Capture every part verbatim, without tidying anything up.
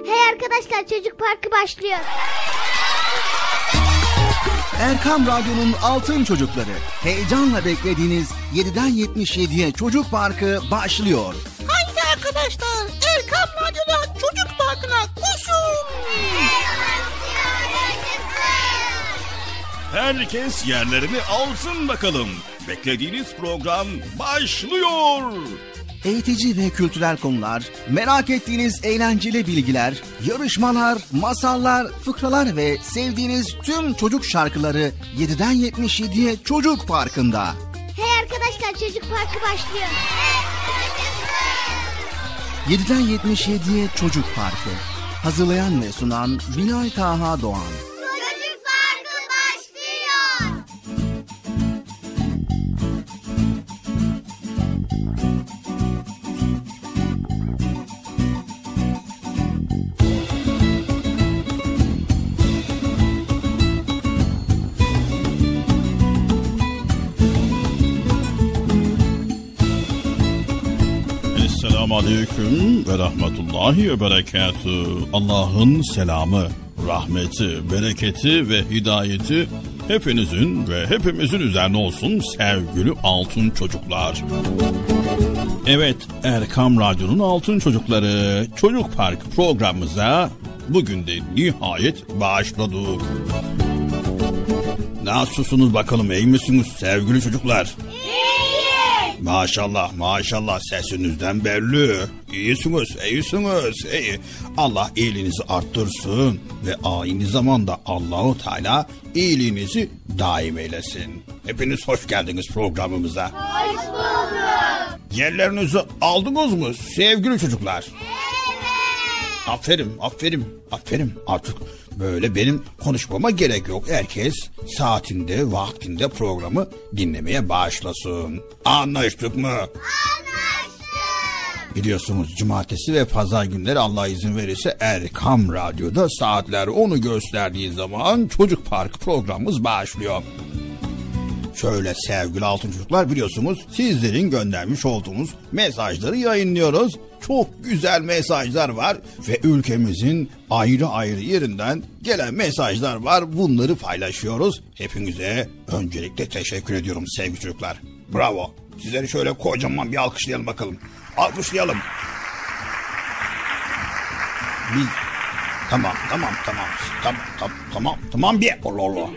Hey arkadaşlar, Çocuk Parkı başlıyor. Erkam Radyo'nun Altın Çocukları. Heyecanla beklediğiniz yediden yetmiş yediye Çocuk Parkı başlıyor. Haydi arkadaşlar, Erkam Radyo'da Çocuk Parkı'na koşun. Herkes yerlerini alsın bakalım. Beklediğiniz program başlıyor. Eğitici ve kültürel konular, merak ettiğiniz eğlenceli bilgiler, yarışmalar, masallar, fıkralar ve sevdiğiniz tüm çocuk şarkıları yediden yetmiş yediye Çocuk Parkı'nda. Hey arkadaşlar, Çocuk Parkı başlıyor. yediden yetmiş yediye Çocuk Parkı. Hazırlayan ve sunan Bilal Taha Doğan. Çocuk Parkı başlıyor. Esselamu Aleyküm ve Rahmetullahi ve Berekatü. Allah'ın selamı, rahmeti, bereketi ve hidayeti hepinizin ve hepimizin üzerine olsun sevgili altın çocuklar. Evet, Erkam Radyo'nun Altın Çocukları Çocuk Park programımıza bugün de nihayet başladık. Nasılsınız bakalım, iyi misiniz sevgili çocuklar? Maşallah maşallah, sesinizden belli. İyisiniz, iyisiniz. İyi. Allah iyiliğinizi arttırsın ve aynı zamanda Allahu Teala iyiliğinizi daim eylesin. Hepiniz hoş geldiniz programımıza. Hoş bulduk. Yerlerinizi aldınız mı sevgili çocuklar? Evet. Aferin, aferin, aferin. Artık böyle benim konuşmama gerek yok. Herkes saatinde, vaktinde programı dinlemeye başlasın. Anlaştık mı? Anlaştık. Biliyorsunuz cumartesi ve pazar günleri Allah izin verirse Erkam Radyo'da saatler onu gösterdiği zaman Çocuk Park programımız başlıyor. Şöyle sevgili altın çocuklar, biliyorsunuz sizlerin göndermiş olduğunuz mesajları yayınlıyoruz. Çok güzel mesajlar var ve ülkemizin ayrı ayrı yerinden gelen mesajlar var. Bunları paylaşıyoruz. Hepinize öncelikle teşekkür ediyorum sevgili çocuklar. Bravo. Sizleri şöyle kocaman bir alkışlayalım bakalım. Alkışlayalım. Biz... Tamam, tamam, tamam. Tamam, tamam, tamam, tamam bir. Allah Allah.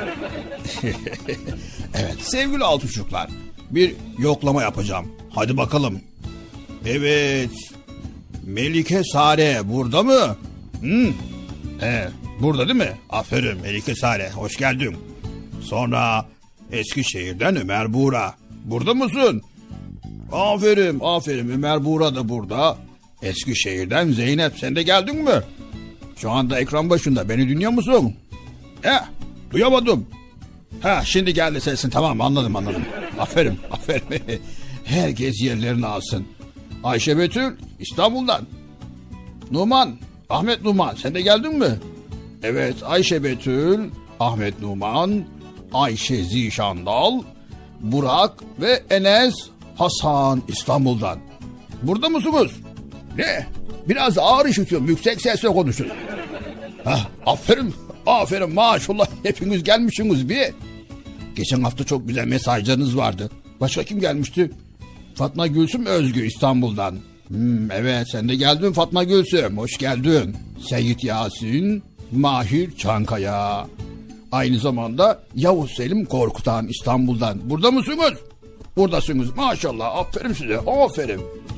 Evet, sevgili altın çocuklar, bir yoklama yapacağım. Hadi bakalım. Evet. Melike Sare burada mı? Hı? He, burada değil mi? Aferin Melike Sare, hoş geldin. Sonra Eskişehir'den Ömer Buğra. Burada mısın? Aferin, aferin. Ömer Buğra da burada. Eskişehir'den Zeynep, sen de geldin mi? Şu anda ekran başında, beni dinliyor musun? He, duyamadım. Ha, şimdi geldi sesin, tamam, anladım anladım. Aferin, aferin. Herkes yerlerini alsın. Ayşe Betül İstanbul'dan. Numan, Ahmet Numan, sen de geldin mi? Evet, Ayşe Betül, Ahmet Numan, Ayşe Zişandal, Burak ve Enes Hasan İstanbul'dan. Burada mısınız? Ne? Biraz ağır işitiyorum, yüksek sesle konuşun. Hah, aferin, aferin, maşallah, hepiniz gelmişsiniz bir. Geçen hafta çok güzel mesajlarınız vardı. Başka kim gelmişti? Fatma Gülsüm Özgü İstanbul'dan. Hmm, evet, sen de geldin Fatma Gülsüm, hoş geldin. Seyit Yasin, Mahir Çankaya. Aynı zamanda Yavuz Selim Korkutan İstanbul'dan. Burada mısınız? Buradasınız, maşallah, aferin size, aferin.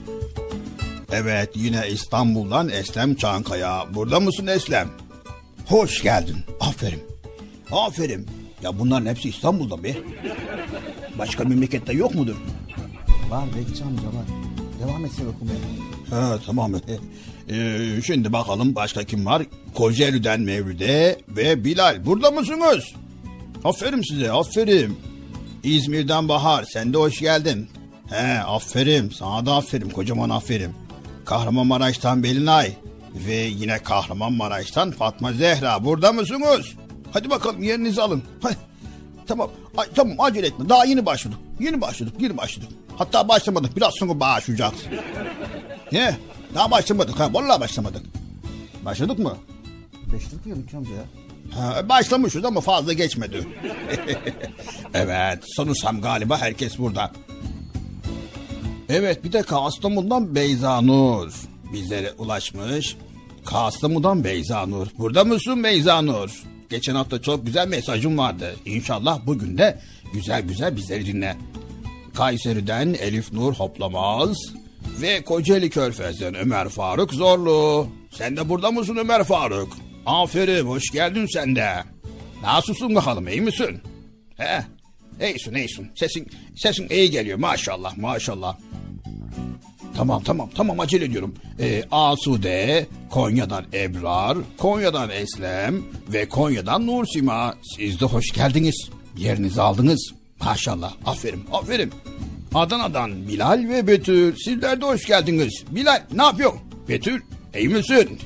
Evet, yine İstanbul'dan Eslem Çankaya. Burada mısın Eslem? Hoş geldin, aferin. Aferin. Ya bunların hepsi İstanbul'da be. Başka memlekette yok mudur? Var Bekçi amca var. Devam etsin okumaya. Ha, tamam. Ee, şimdi bakalım başka kim var? Kocaeli'den Mevlüde ve Bilal. Burada mısınız? Aferin size, aferin. İzmir'den Bahar, sen de hoş geldin. He, aferin, sana da aferin, kocaman aferin. Kahramanmaraş'tan Belinay ve yine Kahramanmaraş'tan Fatma Zehra. Burada mısınız? Hadi bakalım, yerinizi alın. Hadi. Tamam, ay, tamam, acele etme. Daha yeni başladık. Yeni başladık, yeni başladık. Hatta başlamadık, biraz sonra başlayacağız. Ne? Daha başlamadık ha, vallahi başlamadık. Başladık mı? Beşlik ya Lütfi amca ya. Ha, başlamışız ama fazla geçmedi. Evet, sanırsam galiba herkes burada. Evet, bir de Kastamonu'dan Beyza Nur bizlere ulaşmış. Kastamonu'dan Beyza Nur. Burada mısın Beyza Nur? Geçen hafta çok güzel mesajım vardı. İnşallah bugün de güzel güzel bizleri dinle. Kayseri'den Elif Nur Hoplamaz ve Kocaeli Körfez'den Ömer Faruk Zorlu. Sen de burada mısın Ömer Faruk? Aferin, hoş geldin sen de. Nasılsın bakalım, iyi misin? He? İyisin, iyisin. Sesin, sesin iyi geliyor maşallah, maşallah. Tamam, tamam, tamam acele ediyorum. Ee, Asude, Konya'dan Ebrar, Konya'dan Eslem ve Konya'dan Nursima. Siz de hoş geldiniz. Yerinizi aldınız. Maşallah, aferin, aferin. Adana'dan Bilal ve Betül. Sizler de hoş geldiniz. Bilal, ne yapıyorsun? Betül, iyi misin?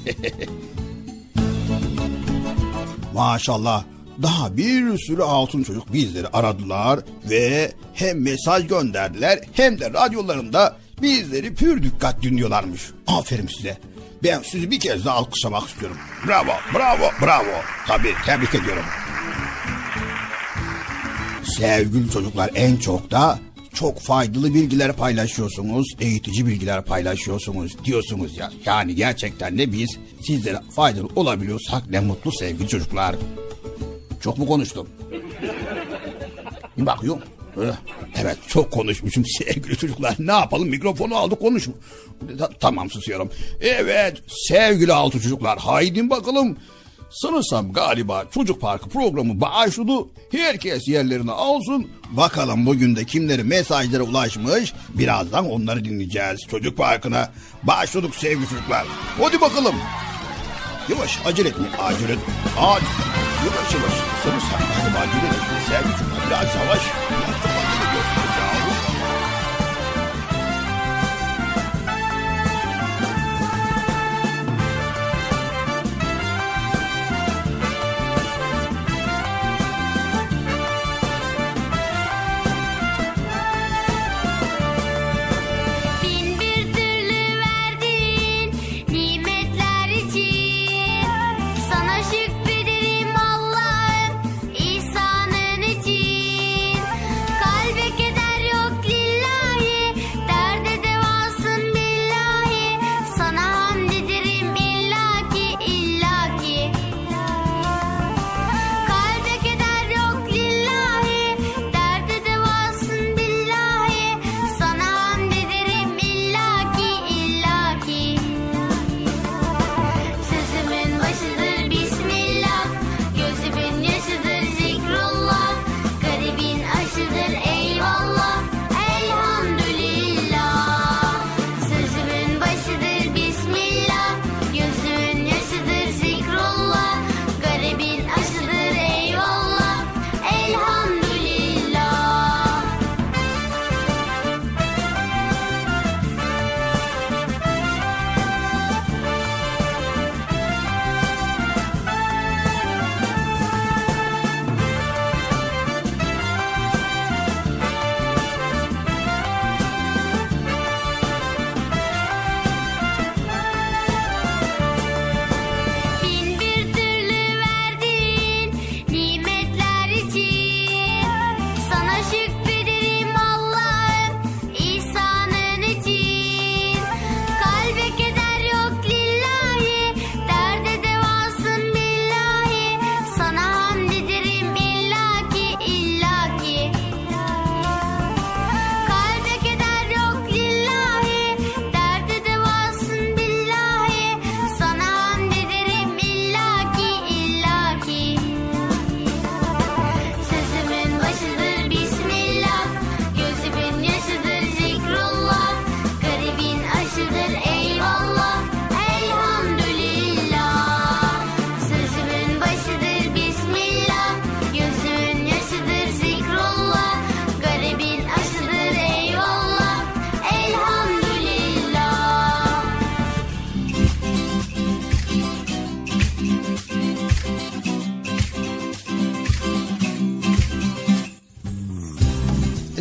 Maşallah. Daha bir sürü altın çocuk bizleri aradılar ve hem mesaj gönderdiler hem de radyolarında bizleri pür dikkat dinliyorlarmış. Aferin size. Ben sizi bir kez daha alkışlamak istiyorum. Bravo, bravo, bravo. Tabii, tebrik ediyorum. Sevgili çocuklar, en çok da çok faydalı bilgiler paylaşıyorsunuz, eğitici bilgiler paylaşıyorsunuz diyorsunuz ya. Yani gerçekten de biz sizlere faydalı olabiliyorsak ne mutlu sevgili çocuklar. Çok mu konuştum? Bir bakıyorum. Evet, çok konuşmuşum sevgili çocuklar. Ne yapalım, mikrofonu aldık konuşma. Tamam, susuyorum. Evet sevgili altı çocuklar, haydi bakalım. Sanırsam galiba Çocuk Parkı programı başladı. Herkes yerlerini alsın. Bakalım bugün de kimlerin mesajlara ulaşmış. Birazdan onları dinleyeceğiz. Çocuk Parkı'na başladık sevgili çocuklar. Hadi bakalım. Yavaş, acele etmeyin. Acele etmeyin. Acele. Yavaş yavaş. Sanırsam galiba acele etmeyin sevgili çocuklar. Biraz yavaş. Biraz çok acele ediyorsunuz ya. Şükrederim Allah'ım ihsanın için.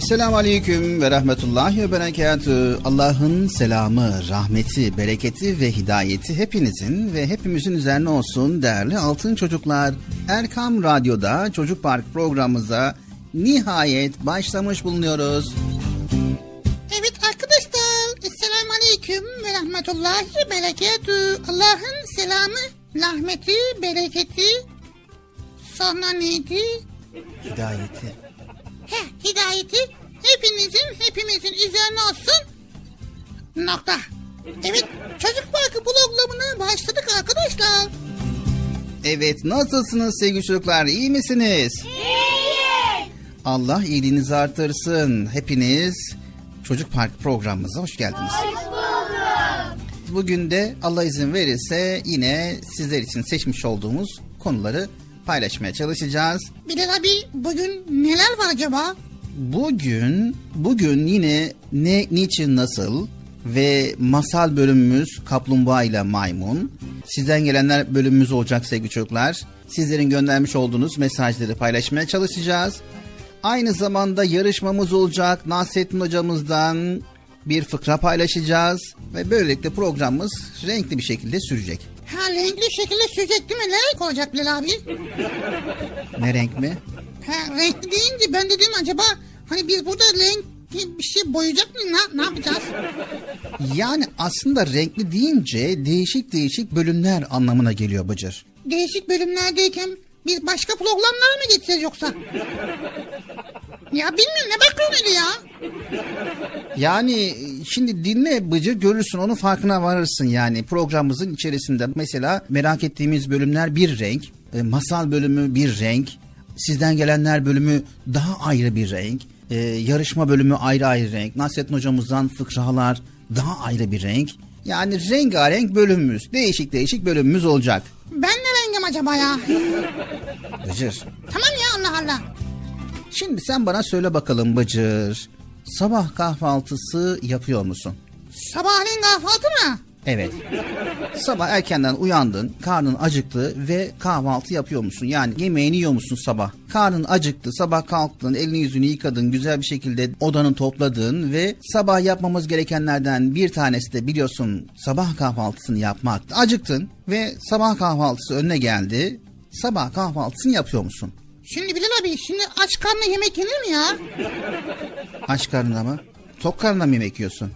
Esselamu Aleyküm ve Rahmetullahi ve Berekatü. Allah'ın selamı, rahmeti, bereketi ve hidayeti hepinizin ve hepimizin üzerine olsun değerli altın çocuklar. Erkam Radyo'da Çocuk Park programımıza nihayet başlamış bulunuyoruz. Evet arkadaşlar, Esselamu Aleyküm ve Rahmetullahi ve Berekatü. Allah'ın selamı, rahmeti, bereketi, sonra neydi? Hidayeti. Heh, hidayeti hepinizin, hepimizin üzerine olsun. Nokta. Evet, Çocuk Parkı programına başladık arkadaşlar. Evet, nasılsınız sevgili çocuklar, iyi misiniz? İyiyiz. Allah iyiliğinizi artırsın. Hepiniz Çocuk Park programımıza hoş geldiniz. Hoş bulduk. Bugün de Allah izin verirse yine sizler için seçmiş olduğumuz konuları paylaşmaya çalışacağız. Bilal abi, bugün neler var acaba? Bugün, bugün yine ne, niçin, nasıl ve masal bölümümüz Kaplumbağa ile Maymun. Sizden gelenler bölümümüz olacak sevgili çocuklar. Sizlerin göndermiş olduğunuz mesajları paylaşmaya çalışacağız. Aynı zamanda yarışmamız olacak. Nasrettin hocamızdan bir fıkra paylaşacağız. Ve böylelikle programımız renkli bir şekilde sürecek. Ha, renkli şekilde sürecek değil mi? Ne renk olacak Bilal abi? Ne renk mi? Ha, renkli deyince ben dedim acaba hani biz burada renkli bir şey boyayacak mıyız? Ne, ne yapacağız? Yani aslında renkli deyince değişik değişik bölümler anlamına geliyor Bıcır. Değişik bölümlerdeyken biz başka programlara mı geçeceğiz yoksa? Ya bilmiyorum, ne bakıyorsun öyle ya? Yani şimdi dinle Bıcır, görürsün, onun farkına varırsın yani. Programımızın içerisinde mesela merak ettiğimiz bölümler bir renk, e, masal bölümü bir renk, sizden gelenler bölümü daha ayrı bir renk, e, yarışma bölümü ayrı ayrı renk, Nasrettin hocamızdan fıkralar daha ayrı bir renk. Yani rengarenk bölümümüz, değişik değişik bölümümüz olacak. Ben ne rengim acaba ya? Bıcır, Tamam ya, Allah Allah. şimdi sen bana söyle bakalım Bıcır, sabah kahvaltısı yapıyor musun? Sabahleyin kahvaltı mı? Evet. Sabah erkenden uyandın, karnın acıktı ve kahvaltı yapıyor musun? Yani yemeğini yiyor musun sabah? Karnın acıktı, sabah kalktın, elini yüzünü yıkadın, güzel bir şekilde odanı topladın ve sabah yapmamız gerekenlerden bir tanesi de biliyorsun sabah kahvaltısını yapmak. Acıktın ve sabah kahvaltısı önüne geldi. Sabah kahvaltısını yapıyor musun? Şimdi Bilal abi, şimdi aç karnına yemek yenir mi ya? Aç karnına mı? Tok karnına mı yemek yiyorsun?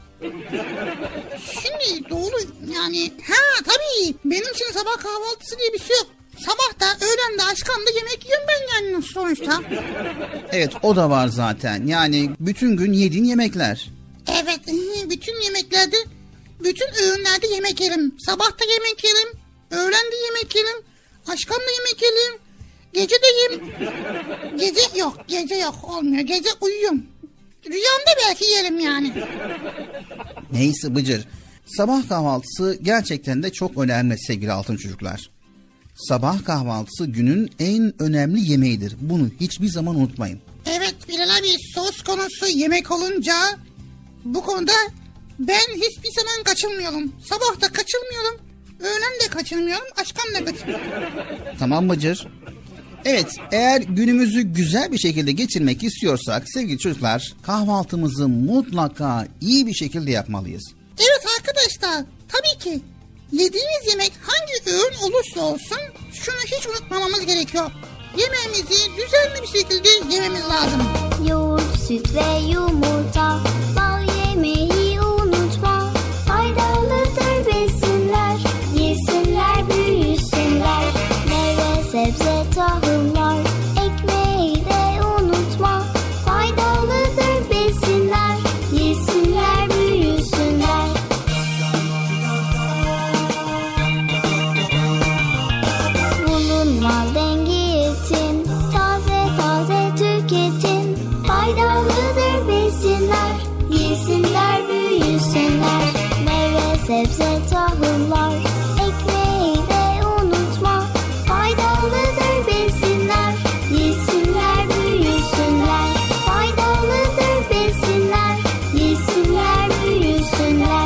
Şimdi doğru yani, ha tabii benim için sabah kahvaltısı diye bir şey yok. Sabah da öğlen de aç karnında yemek yiyorum ben yani sonuçta. Evet, o da var zaten. Yani bütün gün yediğin yemekler. Evet, bütün yemeklerde, bütün öğünlerde yemek yerim. Sabah da yemek yerim, öğlen de yemek yerim, akşam da yemek yerim, gece de yerim. Gece yok, gece yok, olmuyor. Gece uyuyorum. Rüyamda belki yerim yani. Neyse Bıcır, sabah kahvaltısı gerçekten de çok önemli sevgili altın çocuklar. Sabah kahvaltısı günün en önemli yemeğidir. Bunu hiçbir zaman unutmayın. Evet Bilal abi, söz konusu yemek olunca bu konuda ben hiçbir zaman kaçınmıyorum. Sabah da kaçırmıyorum, öğlen de kaçırmıyorum, akşam da kaçırmıyorum. Tamam Bıcır? Evet, eğer günümüzü güzel bir şekilde geçirmek istiyorsak sevgili çocuklar, kahvaltımızı mutlaka iyi bir şekilde yapmalıyız. Evet arkadaşlar, tabii ki yediğimiz yemek hangi öğün olursa olsun şunu hiç unutmamamız gerekiyor. Yemeğimizi düzenli bir şekilde yememiz lazım. Yoğurt, süt ve yumurta, bal yemeyi unutma. Faydalıdır besinler, yesinler büyüsünler. Meyve, sebze, tahıllar, ekmeği de unutma. Faydalıdır besinler, yesinler büyüsünler. Bulunmaz dengiyetin, taze taze tüketin. Faydalıdır besinler, yesinler büyüsünler. Meyve, sebze, tahıllar, ekmeği de unutma. Faydalıdır besinler, yesinler büyüsünler. Faydalıdır besinler, yesinler büyüsünler.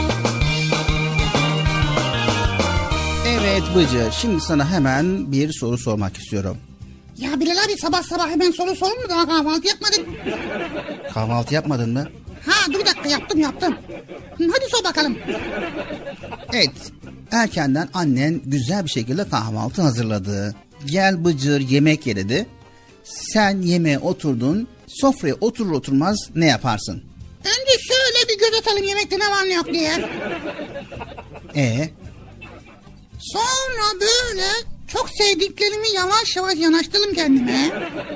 Evet Bıcır, şimdi sana hemen bir soru sormak istiyorum. Ya Bilal abi sabah sabah hemen soru sorun mu? Daha kahvaltı yapmadın. Kahvaltı yapmadın mı? Ha dur bir dakika yaptım yaptım. Hadi sor bakalım. Evet. Erkenden annen güzel bir şekilde kahvaltı hazırladı. Gel Bıcır yemek ye dedi. Sen yemeğe oturdun. Sofraya oturur oturmaz ne yaparsın? Önce şöyle bir göz atalım yemekte ne var ne yok diye. Ee? Sonra böyle çok sevdiklerimi yavaş yavaş yanaştırdım kendime.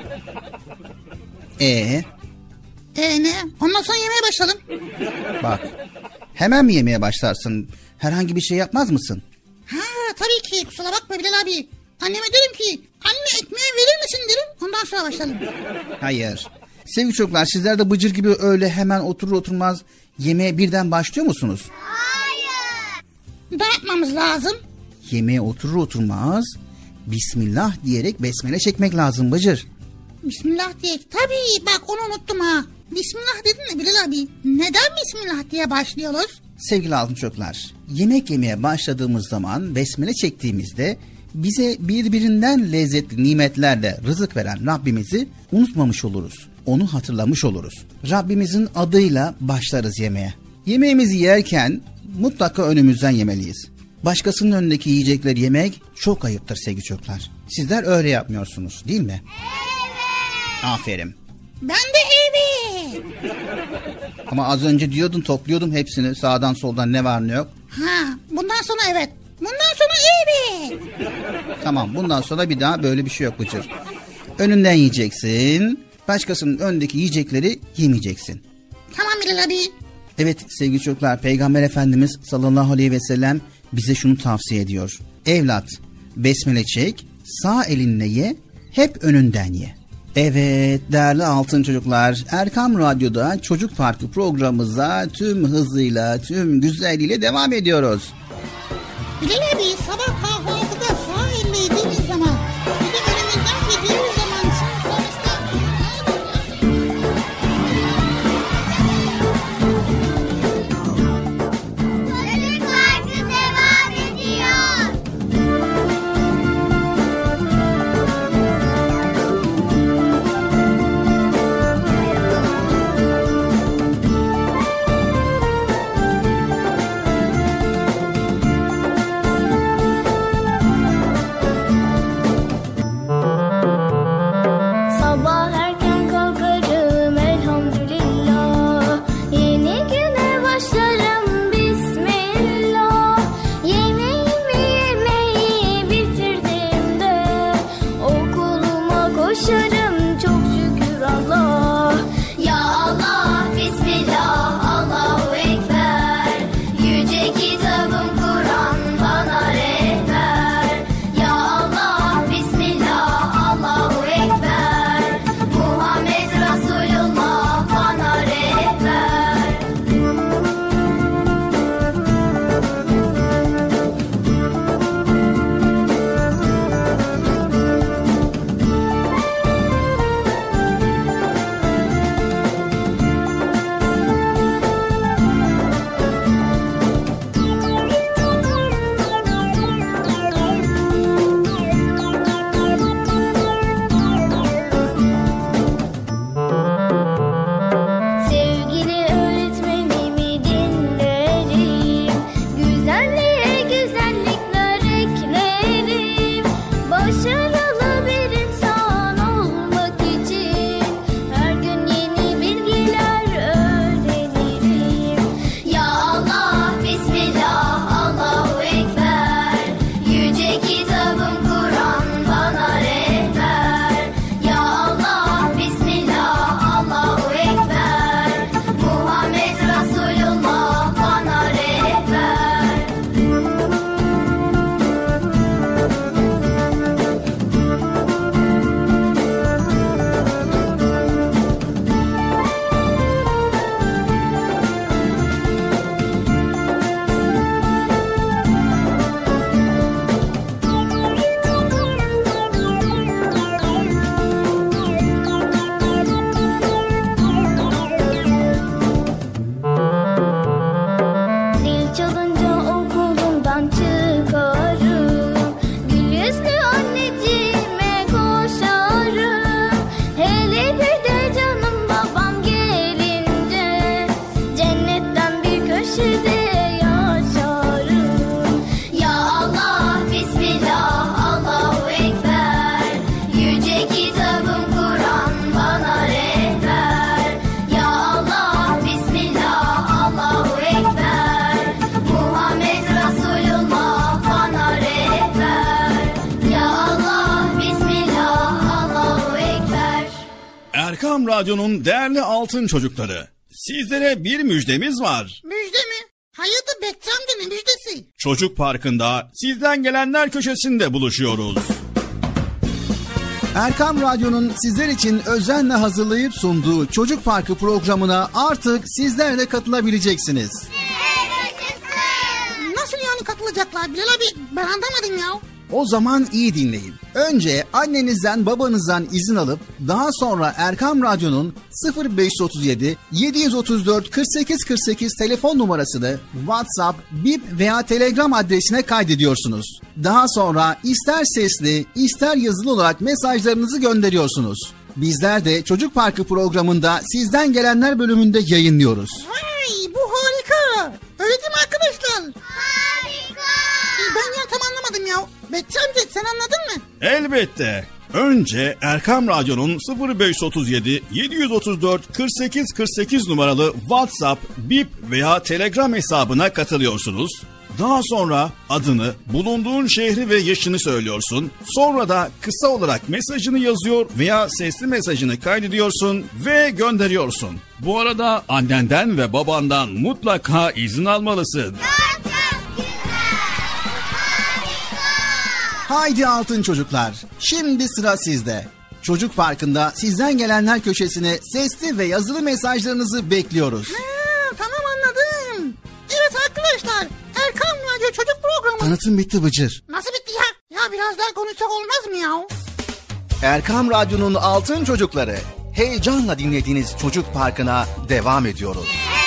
Ee? Ee ne? Ondan sonra yemeye başladım. Bak. Hemen mi yemeye başlarsın? Herhangi bir şey yapmaz mısın? Ha tabii ki kusura bakma Bilal abi. Anneme derim ki anne ekmeği verir misin derim. Ondan sonra başladım. Hayır. Sevgili çocuklar sizler de Bıcır gibi öyle hemen oturur oturmaz yemeğe birden başlıyor musunuz? Hayır. Ne yapmamız lazım? Yemeğe oturur oturmaz Bismillah diyerek besmele çekmek lazım Bıcır. Bismillah diye. Tabii bak onu unuttum ha. Bismillah dedin mi Bilal abi? Neden Bismillah diye başlıyoruz? Sevgili altın çocuklar, yemek yemeye başladığımız zaman besmele çektiğimizde bize birbirinden lezzetli nimetlerle rızık veren Rabbimizi unutmamış oluruz. Onu hatırlamış oluruz. Rabbimizin adıyla başlarız yemeğe. Yemeğimizi yerken mutlaka önümüzden yemeliyiz. Başkasının önündeki yiyecekleri yemek çok ayıptır sevgili çocuklar. Sizler öyle yapmıyorsunuz değil mi? Evet. Aferin. Ben de evet. Ama az önce diyordun topluyordum hepsini sağdan soldan ne var ne yok. Ha bundan sonra evet. Bundan sonra evet. Tamam bundan sonra bir daha böyle bir şey yok Bıcır. Önünden yiyeceksin. Başkasının önündeki yiyecekleri yemeyeceksin. Tamam Bilal abi. Evet sevgili çocuklar Peygamber Efendimiz sallallahu aleyhi ve sellem bize şunu tavsiye ediyor. Evlat besmele çek sağ elinle ye hep önünden ye. Evet değerli altın çocuklar Erkam Radyo'da Çocuk Parkı programımıza tüm hızıyla tüm güzelliğiyle devam ediyoruz. Bilal abi sabah kahvaltıda sağ elle yediğimiz zaman bir de önümüzden yediğimiz zaman sonuçta Çocuk Parkı devam ediyor. Erkam Radyo'nun değerli altın çocukları, sizlere bir müjdemiz var. Müjde mi? Hayırdır Bekçi amca, ne müjdesi? Çocuk Parkı'nda sizden gelenler köşesinde buluşuyoruz. Erkam Radyo'nun sizler için özenle hazırlayıp sunduğu Çocuk Parkı programına artık sizler de katılabileceksiniz. Nasıl yani katılacaklar Bilal abi? Ben anlamadım ya. O zaman iyi dinleyin. Önce annenizden babanızdan izin alıp daha sonra Erkam Radyo'nun sıfır beş otuz yedi yedi otuz dört kırk sekiz kırk sekiz telefon numarasını WhatsApp, Bip veya Telegram adresine kaydediyorsunuz. Daha sonra ister sesli ister yazılı olarak mesajlarınızı gönderiyorsunuz. Bizler de Çocuk Parkı programında sizden gelenler bölümünde yayınlıyoruz. Vay, bu harika. Öyle değil mi arkadaşlar? Harika. Ben ya tam anlamadım ya. Bekçi amca sen anladın mı? Elbette. Önce Erkam Radyo'nun sıfır beş otuz yedi yedi otuz dört kırk sekiz kırk sekiz numaralı WhatsApp, Bip veya Telegram hesabına katılıyorsunuz. Daha sonra adını, bulunduğun şehri ve yaşını söylüyorsun. Sonra da kısa olarak mesajını yazıyor veya sesli mesajını kaydediyorsun ve gönderiyorsun. Bu arada annenden ve babandan mutlaka izin almalısın. Haydi altın çocuklar, şimdi sıra sizde. Çocuk Parkı'nda sizden gelenler köşesine sesli ve yazılı mesajlarınızı bekliyoruz. Ha, tamam anladım. Evet arkadaşlar, Erkam Radyo Çocuk Programı. Tanıtım bitti Bıcır. Nasıl bitti ya? Ya biraz daha konuşsak olmaz mı ya? Erkam Radyo'nun altın çocukları, heyecanla dinlediğiniz Çocuk Parkı'na devam ediyoruz.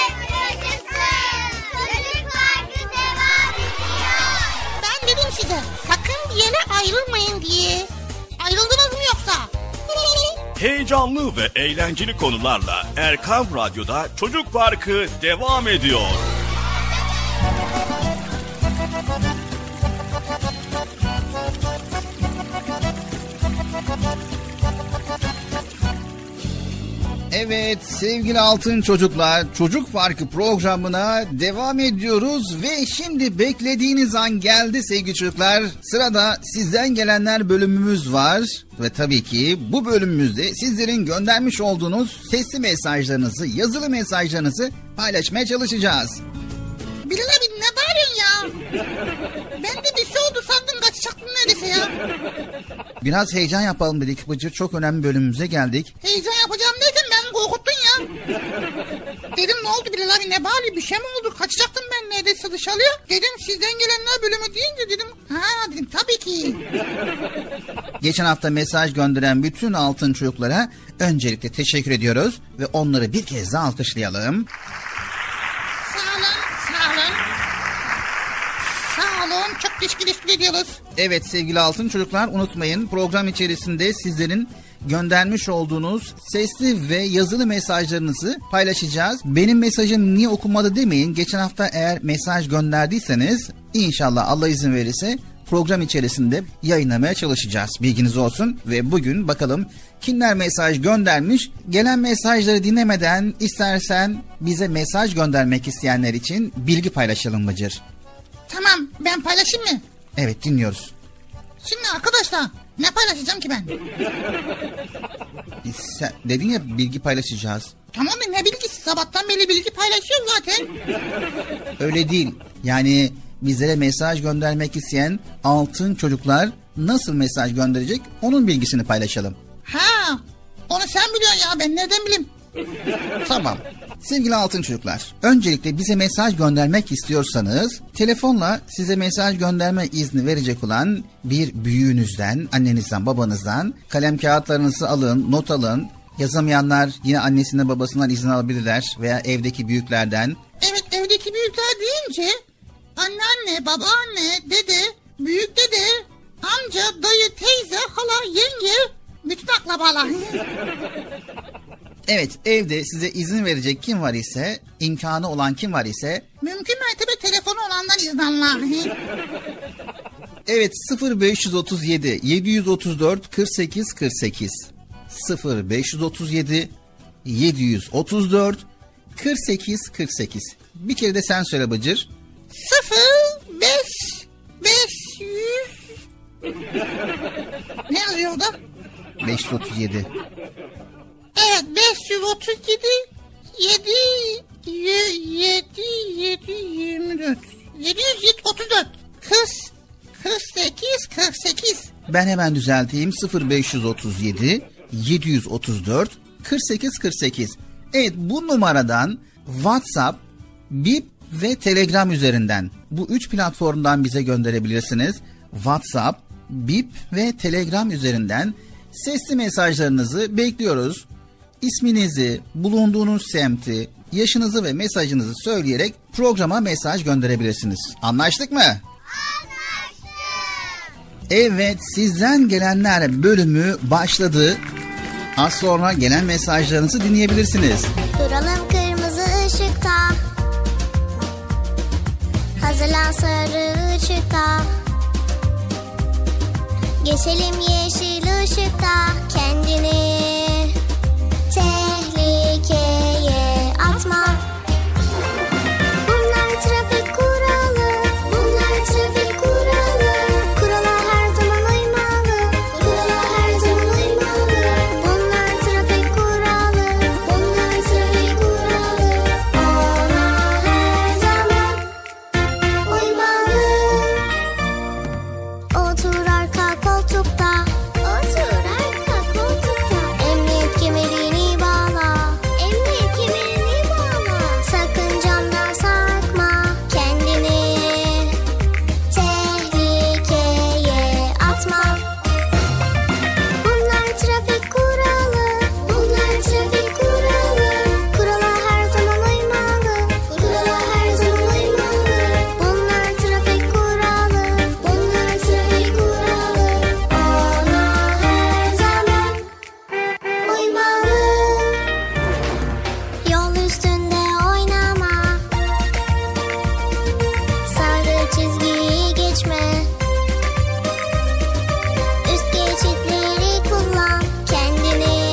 Çocuk Parkı devam ediyor. Ben dedim size, sakın bir yere ayrılmayın diye. Ayrıldınız mı yoksa? Heyecanlı ve eğlenceli konularla Erkam Radyo'da Çocuk Parkı devam ediyor. Evet sevgili altın çocuklar, Çocuk Parkı programına devam ediyoruz ve şimdi beklediğiniz an geldi sevgili çocuklar. Sırada sizden gelenler bölümümüz var ve tabii ki bu bölümümüzde sizlerin göndermiş olduğunuz sesli mesajlarınızı, yazılı mesajlarınızı paylaşmaya çalışacağız. Bilal abi ne bağırıyorsun ya? Ben de bir şey oldu sandım, kaçacaktım neredeyse ya. Biraz heyecan yapalım dedik Bıcır, çok önemli bölümümüze geldik. Heyecan yapacağım derken beni korkuttun ya. Dedim ne oldu Bilal abi, ne bağırıyor, bir şey mi oldu? Kaçacaktım ben neredeyse dışarıya. Dedim sizden gelenler bölümü deyince dedim ha dedim tabii ki. Geçen hafta mesaj gönderen bütün altın çocuklara öncelikle teşekkür ediyoruz ve onları bir kez daha alkışlayalım. Sağ olun, sağ olun. Sağ olun, çok teşekkür teşekkür ediyoruz. Evet sevgili altın çocuklar, unutmayın program içerisinde sizlerin göndermiş olduğunuz sesli ve yazılı mesajlarınızı paylaşacağız. Benim mesajım niye okunmadı demeyin. Geçen hafta eğer mesaj gönderdiyseniz inşallah Allah izin verirse program içerisinde yayınlamaya çalışacağız. Bilginiz olsun ve bugün bakalım kimler mesaj göndermiş. Gelen mesajları dinlemeden istersen bize mesaj göndermek isteyenler için bilgi paylaşalım Bıcır. Tamam, ben paylaşayım mı? Evet, dinliyoruz. Şimdi arkadaşlar ne paylaşacağım ki ben? E, Sen dedin ya bilgi paylaşacağız. Tamam da ne bilgisi, sabahtan beri bilgi paylaşıyorum zaten. Öyle değil. Yani bizlere mesaj göndermek isteyen altın çocuklar nasıl mesaj gönderecek onun bilgisini paylaşalım. Ha, onu sen biliyorsun ya, ben nereden bileyim? Tamam. Sevgili altın çocuklar, öncelikle bize mesaj göndermek istiyorsanız telefonla size mesaj gönderme izni verecek olan bir büyüğünüzden, annenizden, babanızdan kalem kağıtlarınızı alın, not alın. Yazamayanlar yine annesinden babasından izin alabilirler veya evdeki büyüklerden. Evet, evdeki büyükler deyince anneanne, babaanne, dede, büyük dede, amca, dayı, teyze, hala, yenge, bütün akrabalar. Evet, evde size izin verecek kim var ise, imkanı olan kim var ise Mümkün mertebe telefonu olandan izin alın. evet sıfır beş otuz yedi yedi otuz dört kırk sekiz kırk sekiz sıfır beş otuz yedi yedi otuz dört kırk sekiz kırk sekiz. Bir kere de sen söyle Bıcır. Sıfır beş beş yüz. Ne yazıyor orada? beş yüz otuz yedi. Evet. Evet, beş yüz otuz yedi yedi yedi yedi yirmi dört yedi yüz otuz dört kırk sekiz kırk sekiz. Ben hemen düzelteyim. sıfır beş otuz yedi yedi yüz otuz dört kırk sekiz kırk sekiz. Evet, bu numaradan WhatsApp, Bip ve Telegram üzerinden bu üç platformdan bize gönderebilirsiniz. WhatsApp, Bip ve Telegram üzerinden sesli mesajlarınızı bekliyoruz. İsminizi, bulunduğunuz semti, yaşınızı ve mesajınızı söyleyerek programa mesaj gönderebilirsiniz. Anlaştık mı? Anlaştık. Evet, sizden gelenler bölümü başladı. Az sonra gelen mesajlarınızı dinleyebilirsiniz. Duralım kırmızı ışıkta, hazırlan sarı ışıkta, geçelim yeşil ışıkta, kendini tehlikeye atma. Bunlar trafik kuralı, bunlar trafik kuralı, kurala her zaman uymalı, kurala her zaman uymalı. Bunlar trafik kuralı, bunlar trafik kuralı, ona her zaman uymalı. Otur arka koltukta, otur arka koltukta, emniyet kemerini bağla, emniyet kemerini bağla. Sakın camdan sarkma, kendini tehlikeye atma. Bunlar trafik kuralı, bunlar trafik kuralı, kurala her zaman uymalı, kurala her zaman uymalı. Bunlar trafik kuralı, bunlar trafik kuralı, ona her zaman uymalı. Yol üstünde oynama, sarı çizgiyi geçme, üst geçitleri kullan, kendini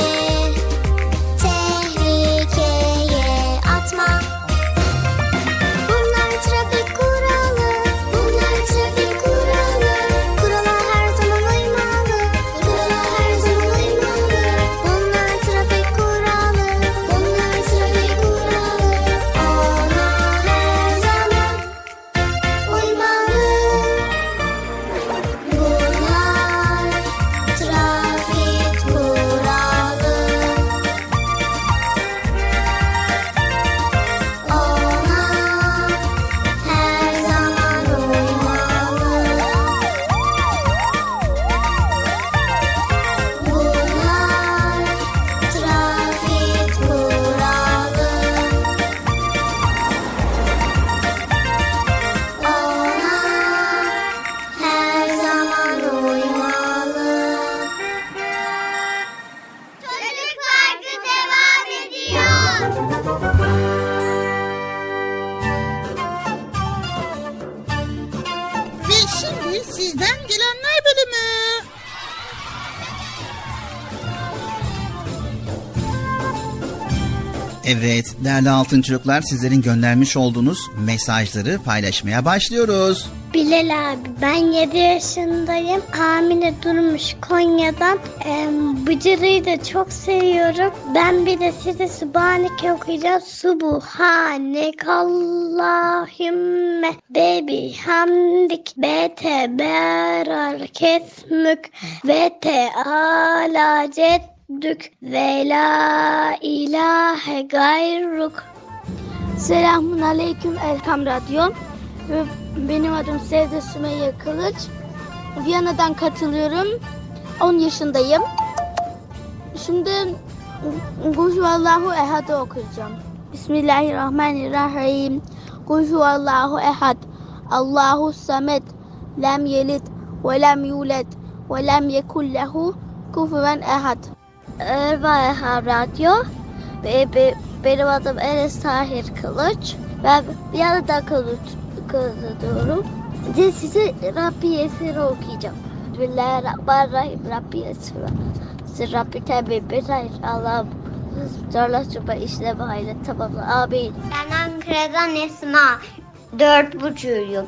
tehlikeye atma. Bunlar trafik kuralı, bunlar trafik kuralı, kurala her zaman uymalı, kurala her zaman uymalı. Bunlar trafik kuralı, bunlar trafik kuralı, ona her zaman uymalı. Bunlar trafik kuralı, ona her zaman uymalı. Bunlar trafik kuralı, ona her zaman uymalı. Çocuk Parkı devam ediyor. Ve şimdi sizden gelenler bölümü. Evet, değerli altın çocuklar, sizlerin göndermiş olduğunuz mesajları paylaşmaya başlıyoruz. Bilal abi, ben yedi yaşındayım. Amine Durmuş Konya'dan. Ee, Bıcırı'yı da çok seviyorum. Ben bir de size Sübhaneke okuyacağım. Subhanekallahümme ve bihamdik ve teberrakesmük ve teala ceddük ve la ilahe gayruk. Selamun Aleyküm Elham Radyo. Benim adım Sevde Sümeyye Kılıç. Viyana'dan katılıyorum. on yaşındayım. Şimdi Kul huvallahu ehad'ı okuyacağım. Bismillahirrahmanirrahim. Kul huvallahu ehad. Allahu samed. Lem yelid ve lem yulad ve lem yekun lehu kufuven ehad. Merhaba Elham Radyo. Be- be- Benim adım Enes Tahir Kılıç. Ben Viyana'dan katılıyorum. Şimdi size Rabbi Esir'i okuyacağım. Bismillahirrahmanirrahim. Rabbi Esir. Rabbi tembih bir hayır. Allah'ım zorlaştırma işlemi hayret tamamla. Amin. Ben Ankara'dan Esma. Dört buçuğuyum.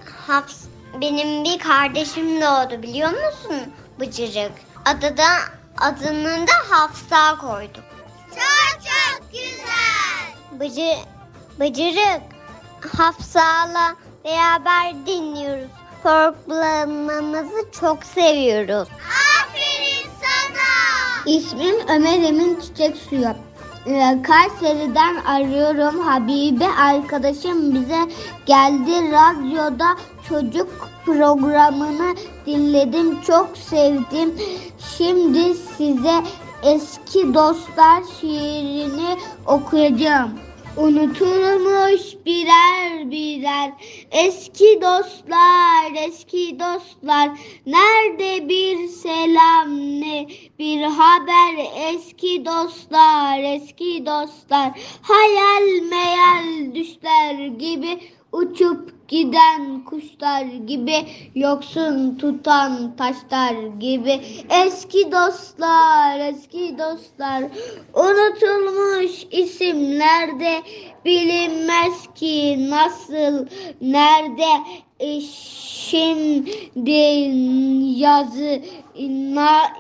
Haps, benim bir kardeşim doğdu biliyor musun Bıcırık? Adı da Adını da Hafsa koyduk. Çok çok güzel. Bıcı, bıcırık. Hafsa'la beraber dinliyoruz. Programımızı çok seviyoruz. Aferin sana. İsmim Ömer Emin Çiçek Suyu. Ee, Kayseri'den arıyorum. Habibe arkadaşım bize geldi. Radyoda çocuk programını dinledim. Çok sevdim. Şimdi size Eski Dostlar şiirini okuyacağım. Unutulmuş birer birer eski dostlar, eski dostlar. Nerede bir selam ne bir haber eski dostlar, eski dostlar. Hayal meyal düşler gibi uçup giden kuşlar gibi yoksun tutan taşlar gibi eski dostlar, eski dostlar. Unutulmuş isimlerde bilinmez ki nasıl nerede e, şimdi yazı na,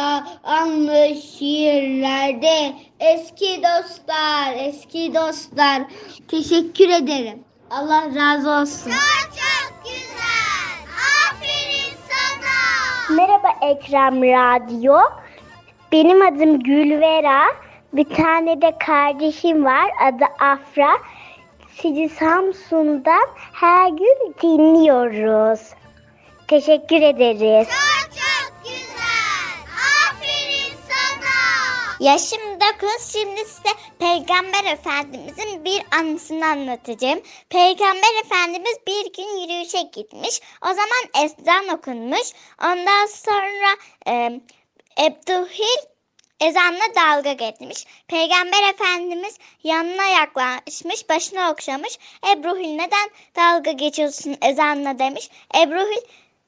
yanlış şiirlerde eski dostlar, eski dostlar. Teşekkür ederim. Allah razı olsun. Çok çok güzel. Aferin sana. Merhaba Ekrem Radyo. Benim adım Gülvera. Bir tane de kardeşim var. Adı Afra. Sizi Samsun'dan her gün dinliyoruz. Teşekkür ederiz. Çok çok güzel. Aferin sana. Yaşım dokuz. Şimdi size Peygamber Efendimizin bir anısını anlatacağım. Peygamber Efendimiz bir gün yürüyüşe gitmiş. O zaman ezan okunmuş. Ondan sonra e, Ebduhil ezanla dalga geçmiş. Peygamber Efendimiz yanına yaklaşmış, başını okşamış. Ebruhil neden dalga geçiyorsun ezanla demiş. Ebruhil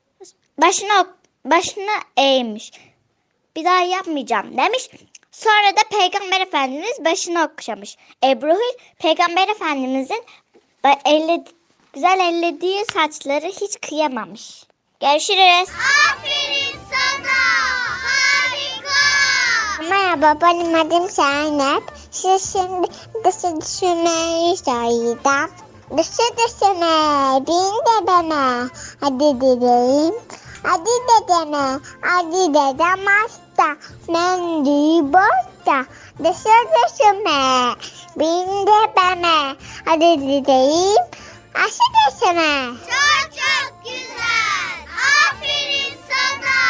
başını başını eğmiş. Bir daha yapmayacağım demiş. Sonra da Peygamber Efendimiz başını okşamış. Ebruhil Peygamber Efendimizin elle, güzel ellediği saçları hiç kıyamamış. Görüşürüz. Aferin sana. Harika. Merhaba, benim adım Zeynep. Size şimdi dışı düşünmeyi söyleyeceğim. Dışı düşünme, bin de bana. Hadi dedeyim. Hadi dedeme, hadi dedem hasta. Mendi bosta. Dışı düşünme, bin de bana. Hadi dedeyim. Aşı düşünme. Çok çok güzel. Aferin sana.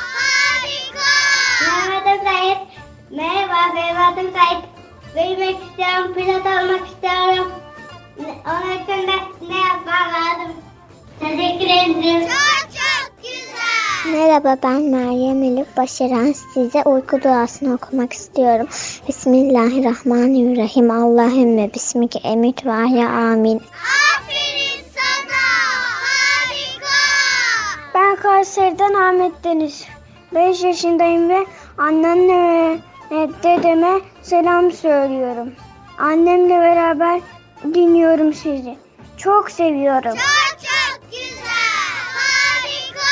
Harika. Benim adım Sait. Merhaba, benim adım Sait. Büyümek istiyorum, pilot olmak istiyorum. Onun için de ne yapmam lazım? Teşekkür ederim. Çok çok güzel. Merhaba, ben Meryem Elif Başaran. Size uyku duasını okumak istiyorum. Bismillahirrahmanirrahim. Allahümme bismike emit ve ahya amin. Aferin sana. Harika. Ben Kayseri'den Ahmet Deniz. beş yaşındayım ve annemle ve dedeme selam söylüyorum. Annemle beraber dinliyorum sizi. Çok seviyorum. Çok çok güzel. Harika.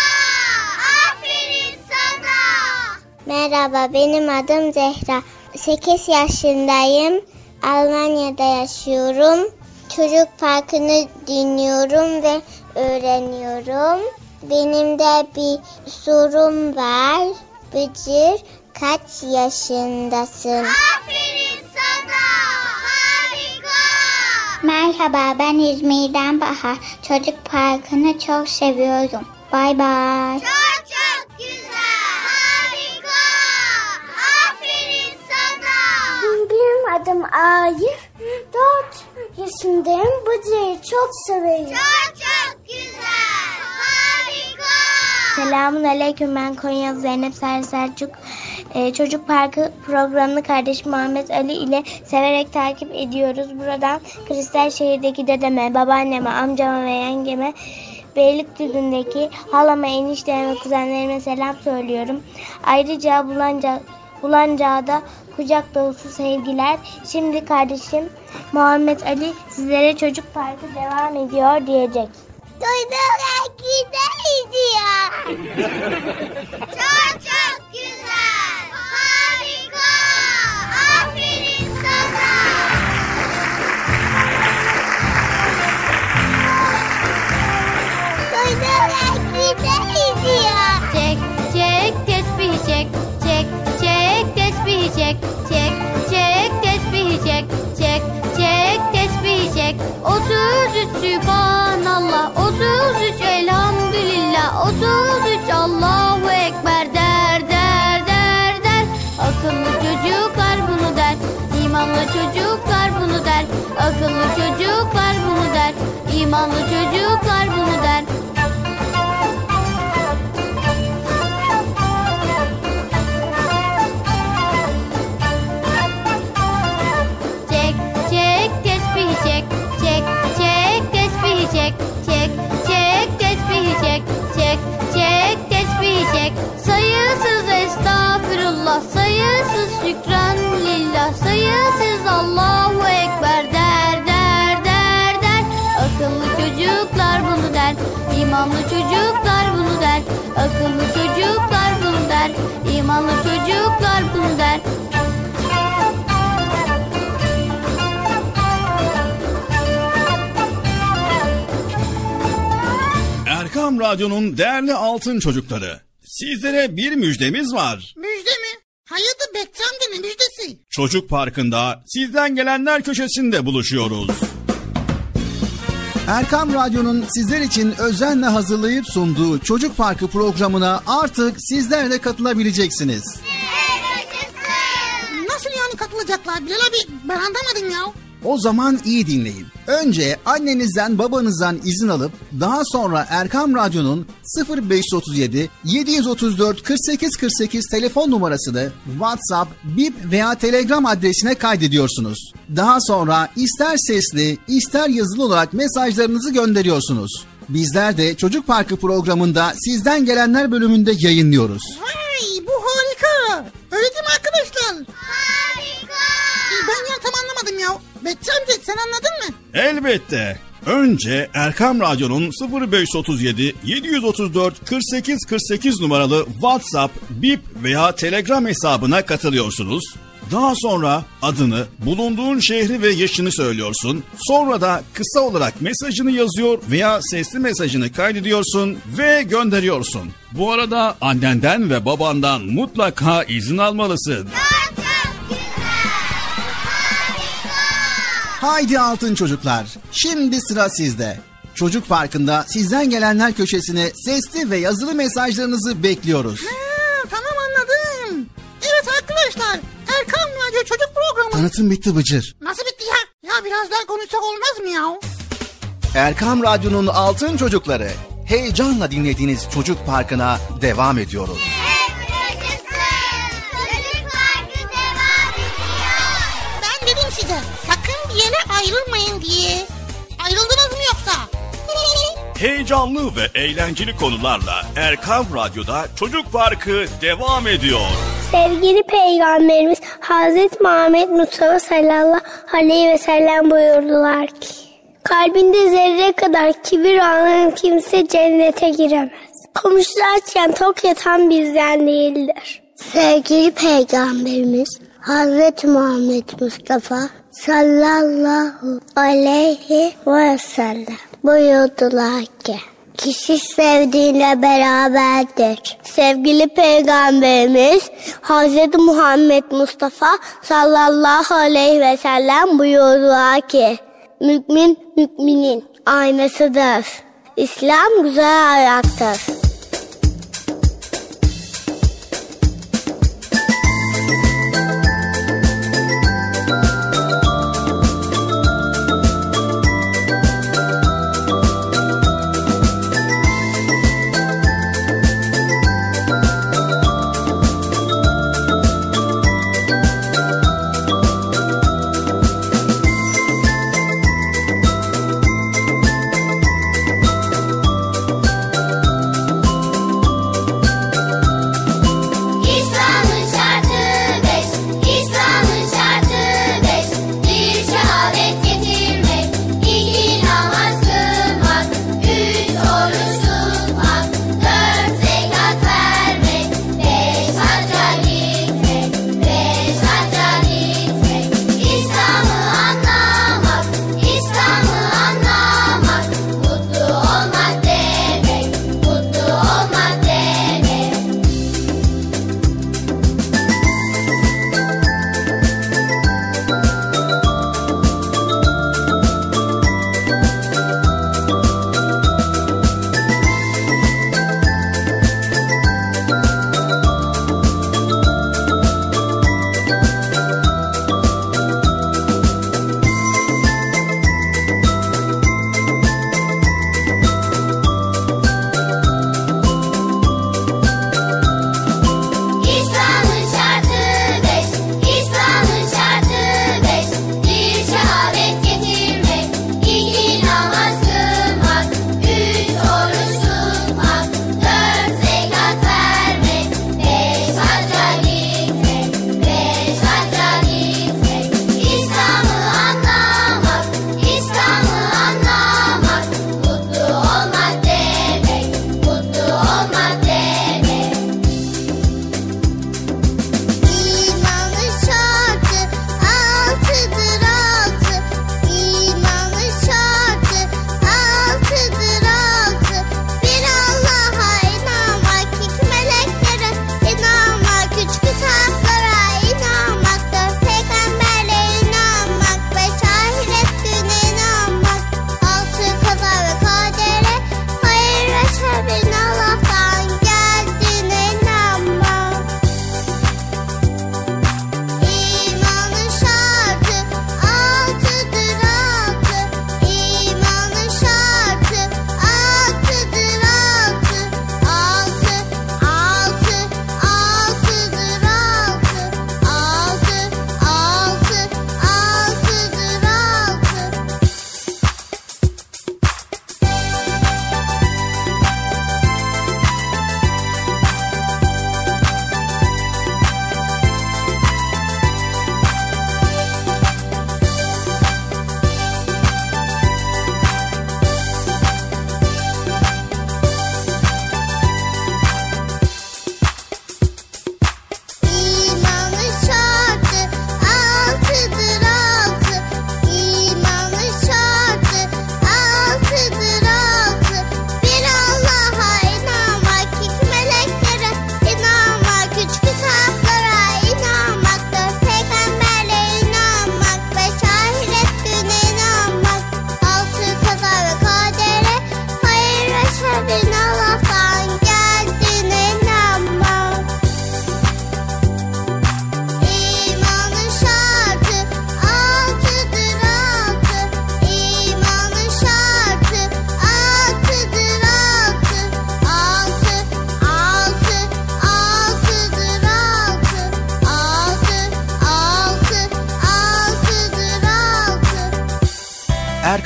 Aferin sana. Merhaba, benim adım Zehra. sekiz yaşındayım. Almanya'da yaşıyorum. Çocuk parkını dinliyorum ve öğreniyorum. Benim de bir sorum var. Bıcır, kaç yaşındasın? Aferin sana. Harika. Merhaba, ben İzmir'den Bahar. Çocuk parkını çok seviyorum. Bay bay. Çok çok güzel. Harika. Aferin sana. Benim adım Arif. dört yaşındayım. Bıcır'ı çok seviyorum. Çok çok güzel. Harika. Selamun aleyküm, ben Konya Zeynep Ser Selçuk. Ee, Çocuk Parkı programını kardeşim Muhammed Ali ile severek takip ediyoruz. Buradan Kristalşehir'deki dedeme, babaanneme, amcama ve yengeme, Beylikdüzü'ndeki halama, enişteme ve kuzenlerime selam söylüyorum. Ayrıca Bulanca, Bulanca'da kucak dolusu sevgiler. Şimdi kardeşim Muhammed Ali sizlere Çocuk Parkı devam ediyor diyecek. Duydum, gideyiz ya. Çok çok güzel. otuz üç Allahu Ekber der der der der. Akıllı çocuklar bunu der, imanlı çocuklar bunu der. Akıllı çocuklar bunu der, imanlı çocuklar bunu der. Çek çek tesbihi çek, çek çek tesbihi çek, çek çek tesbihi çek, çek çek tesbihi çek. Sayısız estağfirullah, sayısız şükran lillah, sayısız Allahu Ekber der der der der. Akıllı çocuklar bunu der, imanlı çocuklar bunu der. Akıllı çocuklar bunu der, imanlı çocuklar bunu der. Erkam Radyo'nun değerli altın çocukları, sizlere bir müjdemiz var. Müjde mi? Hayırdır Bekçi amca, ne müjdesi? Çocuk Parkı'nda sizden gelenler köşesinde buluşuyoruz. Erkam Radyo'nun sizler için özenle hazırlayıp sunduğu Çocuk Parkı programına artık sizler de katılabileceksiniz. Nasıl yani katılacaklar Bilal abi? Ben anlamadım ya. O zaman iyi dinleyin. Önce annenizden babanızdan izin alıp daha sonra Erkam Radyo'nun sıfır beş otuz yedi yedi otuz dört kırk sekiz kırk sekiz telefon numarasını WhatsApp, Bip veya Telegram adresine kaydediyorsunuz. Daha sonra ister sesli ister yazılı olarak mesajlarınızı gönderiyorsunuz. Bizler de Çocuk Parkı programında sizden gelenler bölümünde yayınlıyoruz. Vay, bu harika. Öyle değil mi arkadaşlar? Harika. Ben ya tam anlamadım ya. Bekçi amca sen anladın mı? Elbette. Önce Erkam Radyo'nun sıfır beş otuz yedi yedi otuz dört kırk sekiz kırk sekiz numaralı WhatsApp, Bip veya Telegram hesabına katılıyorsunuz. Daha sonra adını, bulunduğun şehri ve yaşını söylüyorsun. Sonra da kısa olarak mesajını yazıyor veya sesli mesajını kaydediyorsun ve gönderiyorsun. Bu arada annenden ve babandan mutlaka izin almalısın. Haydi altın çocuklar, şimdi sıra sizde. Çocuk Parkı'nda sizden gelenler köşesine sesli ve yazılı mesajlarınızı bekliyoruz. Ha, tamam anladım. Evet arkadaşlar, Erkam Radyo Çocuk Programı. Tanıtım bitti Bıcır. Nasıl bitti ya? Ya biraz daha konuşsak olmaz mı ya? Erkam Radyo'nun altın çocukları, heyecanla dinlediğiniz Çocuk Parkı'na devam ediyoruz. Çocuk Parkı devam ediyor. Ben dedim size, sakın bir yere ayrılmayın diye. Ayrıldınız mı yoksa? Heyecanlı ve eğlenceli konularla Erkam Radyo'da Çocuk Parkı devam ediyor. Sevgili Peygamberimiz Hazreti Muhammed Mustafa sallallahu aleyhi ve sellem buyurdular ki, kalbinde zerre kadar kibir olan kimse cennete giremez. Komşusu açken tok yatan bizden değildir. Sevgili Peygamberimiz Hazreti Muhammed Mustafa sallallahu aleyhi ve sellem buyurdular ki, kişi sevdiğiyle beraberdir. Sevgili Peygamberimiz Hazreti Muhammed Mustafa sallallahu aleyhi ve sellem buyurdular ki, mümin müminin aynasıdır. İslam güzel ayaktır.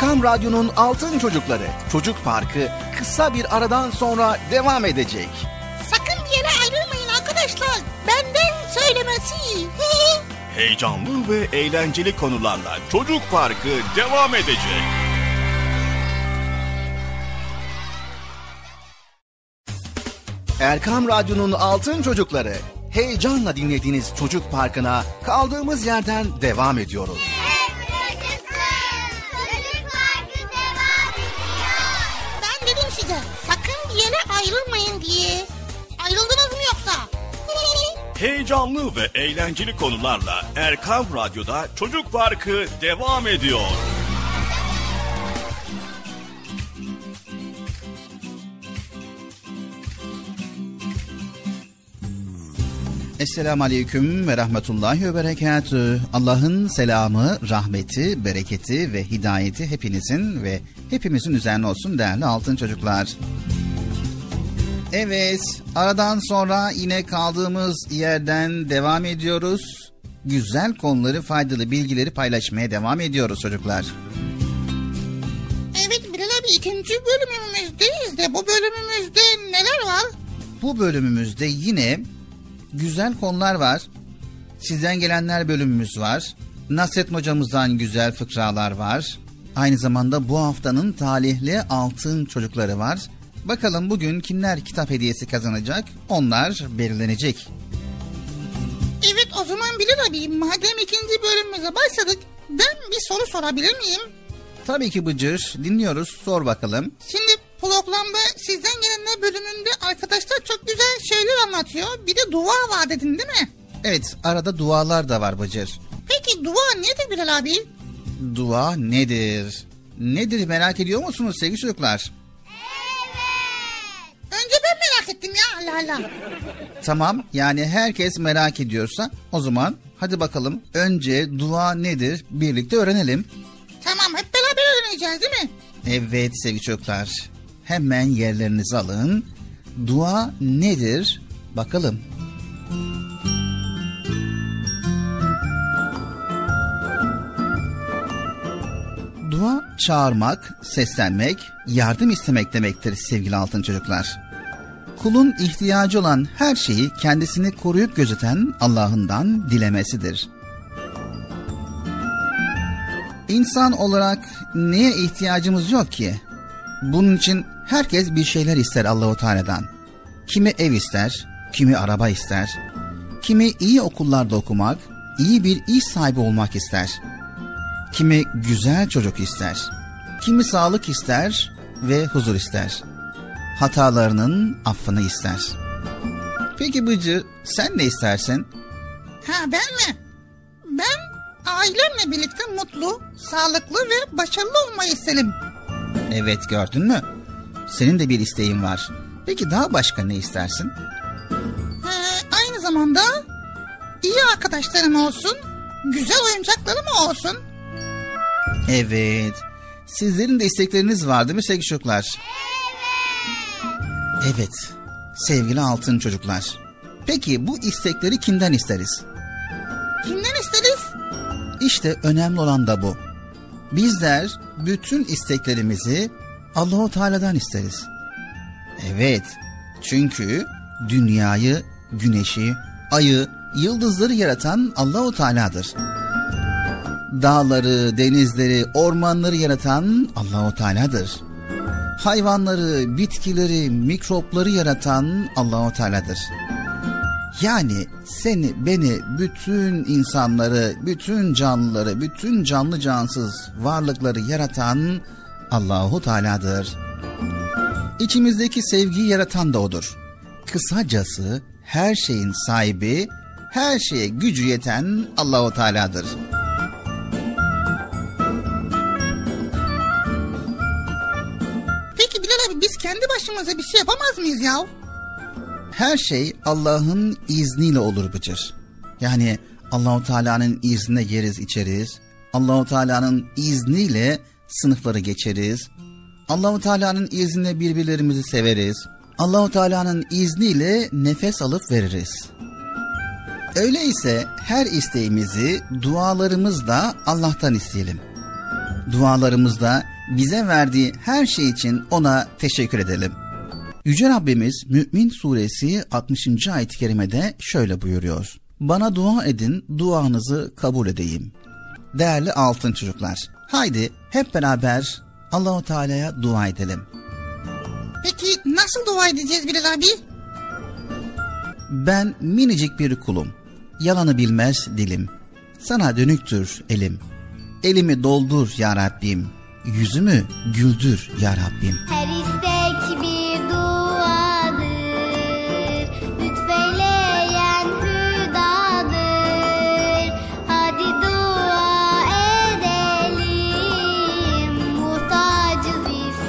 Erkam Radyo'nun Altın Çocukları Çocuk Parkı kısa bir aradan sonra devam edecek. Sakın bir yere ayrılmayın arkadaşlar. Benden söylemesi. Heyecanlı ve eğlenceli konularla Çocuk Parkı devam edecek. Erkam Radyo'nun Altın Çocukları, heyecanla dinlediğiniz Çocuk Parkı'na kaldığımız yerden devam ediyoruz. Çocuk Parkı devam ediyor. Ben dedim size sakın bir yere ayrılmayın diye. Ayrıldınız mı yoksa? Heyecanlı ve eğlenceli konularla Erkam Radyo'da Çocuk Parkı devam ediyor. Esselamu Aleyküm ve Rahmetullahi ve Berekatühü. Allah'ın selamı, rahmeti, bereketi ve hidayeti hepinizin ve hepimizin üzerine olsun değerli altın çocuklar. Evet, aradan sonra yine kaldığımız yerden devam ediyoruz. Güzel konuları, faydalı bilgileri paylaşmaya devam ediyoruz çocuklar. Evet Bilal abi, ikinci bölümümüzdeyiz de bu bölümümüzde neler var? Bu bölümümüzde yine güzel konular var. Sizden gelenler bölümümüz var. Nasrettin hocamızdan güzel fıkralar var. Aynı zamanda bu haftanın talihli altın çocukları var. Bakalım bugün kimler kitap hediyesi kazanacak? Onlar belirlenecek. Evet, o zaman Bilal abi, madem ikinci bölümümüze başladık, ben bir soru sorabilir miyim? Tabii ki Bıcır, dinliyoruz, sor bakalım. Şimdi programda sizden gelenler bölümünde arkadaşlar çok güzel şeyler anlatıyor. Bir de dua var dedin değil mi? Evet, arada dualar da var Bıcır. Peki dua nedir Bilal abi? Dua nedir? Nedir merak ediyor musunuz sevgili çocuklar? Önce ben merak ettim ya, Allah Allah. Tamam, yani herkes merak ediyorsa o zaman hadi bakalım önce dua nedir birlikte öğrenelim. Tamam, hep beraber öğreneceğiz değil mi? Evet sevgili çocuklar, hemen yerlerinizi alın. Dua nedir bakalım. Dua çağırmak, seslenmek, yardım istemek demektir sevgili altın çocuklar. Kulun ihtiyacı olan her şeyi kendisini koruyup gözeten Allah'ından dilemesidir. İnsan olarak neye ihtiyacımız yok ki? Bunun için herkes bir şeyler ister Allahu Teala'dan. Kimi ev ister, kimi araba ister. Kimi iyi okullarda okumak, iyi bir iş sahibi olmak ister. Kimi güzel çocuk ister. Kimi sağlık ister ve huzur ister. Hatalarının affını ister. Peki Bıcı, sen ne istersin? Ha, ben mi? Ben ailemle birlikte mutlu, sağlıklı ve başarılı olmayı isterim. Evet, gördün mü? Senin de bir isteğin var. Peki daha başka ne istersin? Ha, aynı zamanda iyi arkadaşlarım olsun, güzel oyuncaklarım olsun. Evet. Sizlerin de istekleriniz var değil mi sevgili çocuklar? Evet. Evet. Sevgili altın çocuklar. Peki bu istekleri kimden isteriz? Kimden isteriz? İşte önemli olan da bu. Bizler bütün isteklerimizi Allahu Teala'dan isteriz. Evet. Çünkü dünyayı, güneşi, ayı, yıldızları yaratan Allahu Teala'dır. Dağları, denizleri, ormanları yaratan Allahu Teala'dır. Hayvanları, bitkileri, mikropları yaratan Allahu Teala'dır. Yani seni, beni, bütün insanları, bütün canlıları, bütün canlı cansız varlıkları yaratan Allahu Teala'dır. İçimizdeki sevgiyi yaratan da O'dur. Kısacası her şeyin sahibi, her şeye gücü yeten Allahu Teala'dır. Peki Bilal abi, biz kendi başımıza bir şey yapamaz mıyız ya? Her şey Allah'ın izniyle olur Bıcır. Yani Allahu Teala'nın iznine yeriz içeriz. Allahu Teala'nın izniyle sınıfları geçeriz. Allahu Teala'nın izniyle birbirlerimizi severiz. Allahu Teala'nın izniyle nefes alıp veririz. Öyleyse her isteğimizi dualarımızla Allah'tan isteyelim. Dualarımızda bize verdiği her şey için ona teşekkür edelim. Yüce Rabbimiz Mü'min Suresi altmışıncı ayet-i kerimede şöyle buyuruyor. Bana dua edin, duanızı kabul edeyim. Değerli altın çocuklar, haydi hep beraber Allah-u Teala'ya dua edelim. Peki nasıl dua edeceğiz Bilal abi? Ben minicik bir kulum, yalanı bilmez dilim. Sana dönüktür elim. Elimi doldur ya Rabbim, yüzümü güldür ya Rabbim. Her istek bir duadır, lütfeyleyen hüdadır. Hadi dua edelim, muhtacız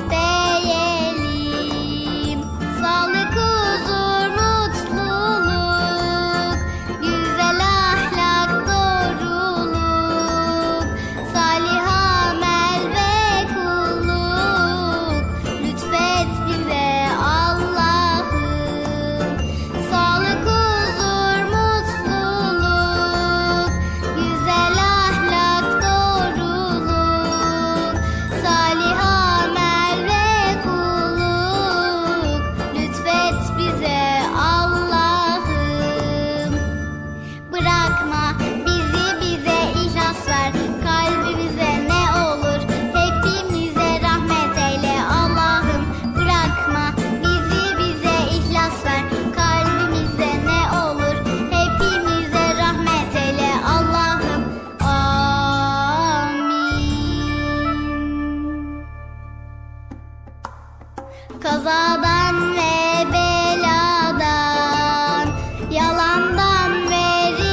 isteyelim. Sağlık, huzur, mutluluk, güzel ahlak, doğruluk, salih amel ve kulluk. Lütfet bize Allah'ım. Sağlık, huzur, mutluluk, güzel ahlak, doğruluk, salih amel ve kulluk. Lütfet bize Allah'ım. Bırakma bizi, bize ihlas ver. Kalbimize ne olur hepimize rahmet eyle Allah'ım. Bırakma bizi, bize ihlas ver. Kalbimize ne olur hepimize rahmet eyle Allah'ım. Amin. Kazadan ve beladan, yalandan ve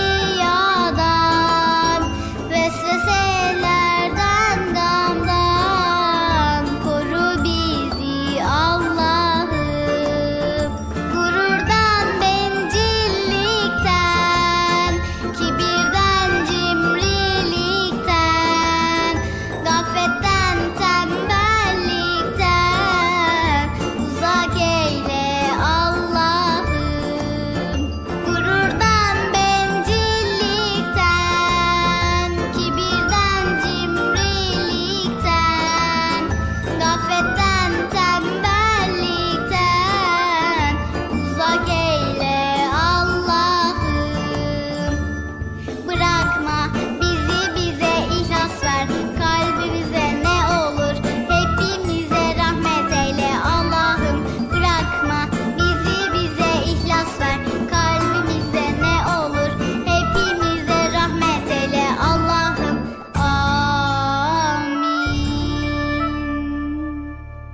riyadan, vesveselerden, damdan koru bizi Allah'ım. Gururdan, bencillikten, kibirden, cimrilikten, gafletten, tembellikten uzak eyle Allah'ım. Gururdan, bencillikten, kibirden, cimrilikten, gafletten, tembellikten uzak eyle Allah'ım. Bırakma bizi, bize ihlas ver. Kalbimize ne olur hepimize rahmet eyle Allah'ım. Bırakma bizi, bize ihlas ver. Kalbimize ne olur hepimize rahmet eyle Allah'ım. Amin.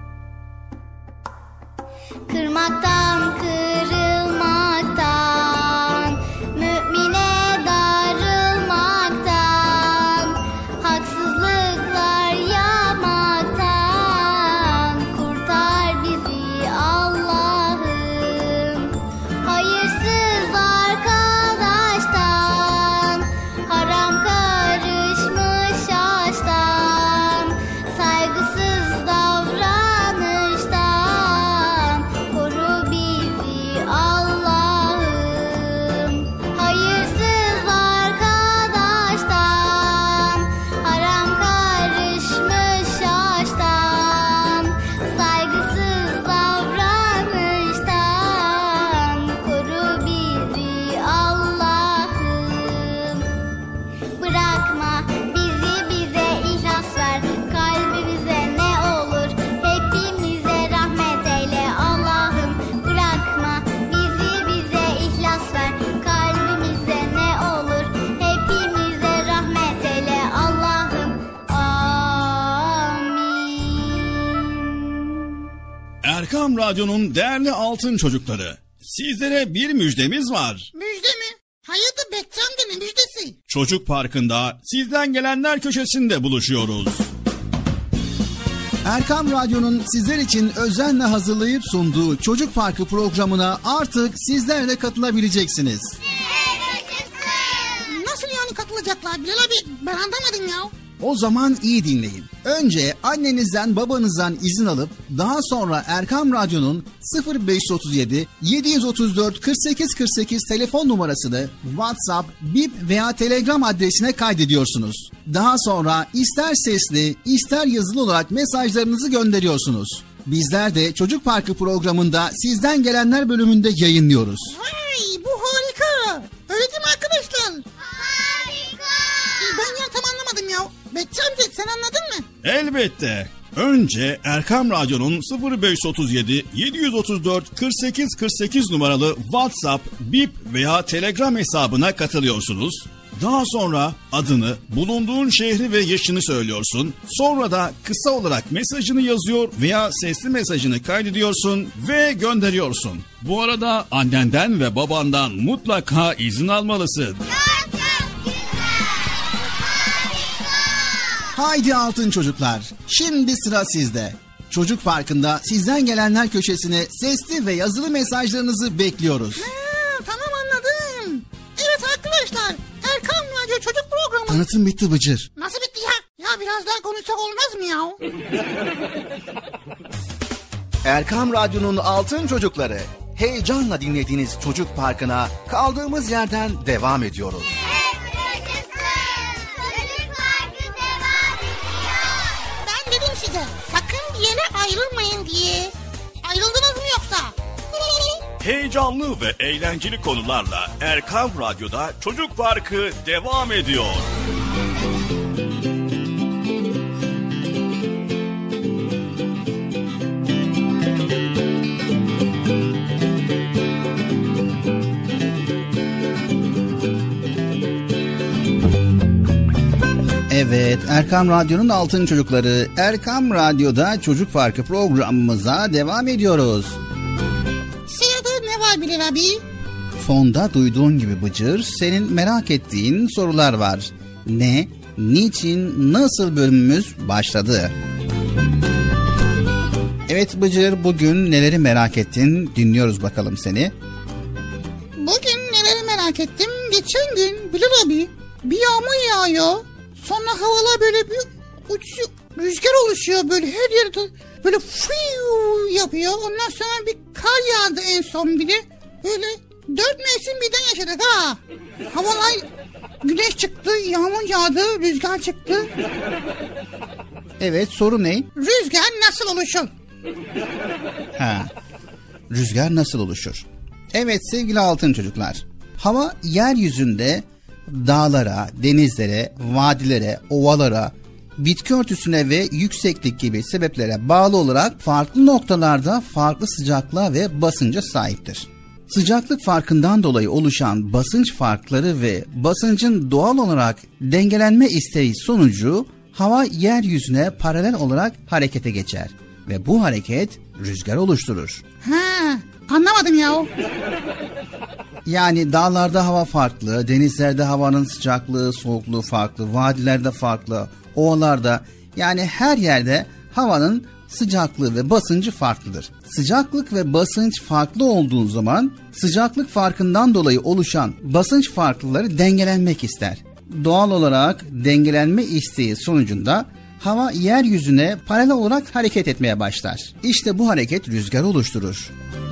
Kırmaktan, kırılmaktan, mümine darılmaktan, haksızlıklar yapmaktan kurtar bizi Allah'ım. Hayırsız arkadaştan, haram karışmış aşktan, saygısız davranıştan koru bizi Allah'ım. Hayırsız arkadaştan, haram karışmış aşktan, saygısız davranıştan koru bizi Allah'ım. Bırakma bizi, bize ihlas ver. Kalbimize ne olur hepimize rahmet eyle Allah'ım. Bırakma bizi, bize ihlas ver. Kalbimize ne olur hepimize rahmet eyle Allah'ım. Amin. Erkam Radyo'nun değerli altın çocukları, sizlere bir müjdemiz var. Müjde mi? Hayırdır Bekçam'da ne müjdesi? Çocuk Parkı'nda sizden gelenler köşesinde buluşuyoruz. Erkam Radyo'nun sizler için özenle hazırlayıp sunduğu Çocuk Parkı programına artık sizler de katılabileceksiniz. Nasıl yani katılacaklar Bilal abi? Ben anlamadım ya. O zaman iyi dinleyin. Önce annenizden babanızdan izin alıp daha sonra Erkam Radyo'nun sıfır beş otuz yedi yedi otuz dört kırk sekiz kırk sekiz telefon numarasını WhatsApp, Bip veya Telegram adresine kaydediyorsunuz. Daha sonra ister sesli ister yazılı olarak mesajlarınızı gönderiyorsunuz. Bizler de Çocuk Parkı programında sizden gelenler bölümünde yayınlıyoruz. Vay, bu harika. Öyle değil mi arkadaşlar? Harika. Ben ya tam anlamadım ya. Betçi amca sen anladın mı? Elbette. Önce Erkam Radyo'nun sıfır beş otuz yedi yedi otuz dört kırk sekiz kırk sekiz numaralı WhatsApp, Bip veya Telegram hesabına katılıyorsunuz. Daha sonra adını, bulunduğun şehri ve yaşını söylüyorsun. Sonra da kısa olarak mesajını yazıyor veya sesli mesajını kaydediyorsun ve gönderiyorsun. Bu arada annenden ve babandan mutlaka izin almalısın. Haydi altın çocuklar, şimdi sıra sizde. Çocuk Parkı'nda sizden gelenler köşesine sesli ve yazılı mesajlarınızı bekliyoruz. Ha, tamam anladım. Evet arkadaşlar, Erkam Radyo Çocuk Programı. Tanıtım bitti Bıcır. Nasıl bitti ya? Ya biraz daha konuşsak olmaz mı ya? Erkam Radyo'nun altın çocukları. Heyecanla dinlediğiniz Çocuk Parkı'na kaldığımız yerden devam ediyoruz. Ben dedim size, sakın bir yere ayrılmayın diye. Ayrıldınız mı yoksa? Heyecanlı ve eğlenceli konularla Erkam Radyo'da Çocuk Parkı devam ediyor. Evet, Erkam Radyo'nun altın çocukları. Erkam Radyo'da Çocuk Parkı programımıza devam ediyoruz. Sırada ne var Bilal abi? Fonda duyduğun gibi Bıcır, senin merak ettiğin sorular var. Ne, niçin, nasıl bölümümüz başladı? Evet Bıcır, bugün neleri merak ettin? Dinliyoruz bakalım seni. Bugün neleri merak ettim? Geçen gün Bilal abi bir yağmur yağıyor. Sonra havalar böyle bir uçuyor, rüzgar oluşuyor böyle her yerde böyle fiu yapıyor. Ondan sonra bir kar yağdı en son bir de. Böyle dört mevsim birden yaşadık ha. Havalar, güneş çıktı, yağmur yağdı, rüzgar çıktı. Evet, soru ne? Rüzgar nasıl oluşur? Ha, rüzgar nasıl oluşur? Evet sevgili altın çocuklar. Hava yeryüzünde dağlara, denizlere, vadilere, ovalara, bitki örtüsüne ve yükseklik gibi sebeplere bağlı olarak farklı noktalarda farklı sıcaklığa ve basınca sahiptir. Sıcaklık farkından dolayı oluşan basınç farkları ve basıncın doğal olarak dengelenme isteği sonucu hava yeryüzüne paralel olarak harekete geçer ve bu hareket rüzgar oluşturur. Ha, anlamadım ya. Yani dağlarda hava farklı, denizlerde havanın sıcaklığı, soğukluğu farklı, vadilerde farklı, ovalarda, yani her yerde havanın sıcaklığı ve basıncı farklıdır. Sıcaklık ve basınç farklı olduğu zaman sıcaklık farkından dolayı oluşan basınç farklıları dengelenmek ister. Doğal olarak dengelenme isteği sonucunda hava yeryüzüne paralel olarak hareket etmeye başlar. İşte bu hareket rüzgar oluşturur.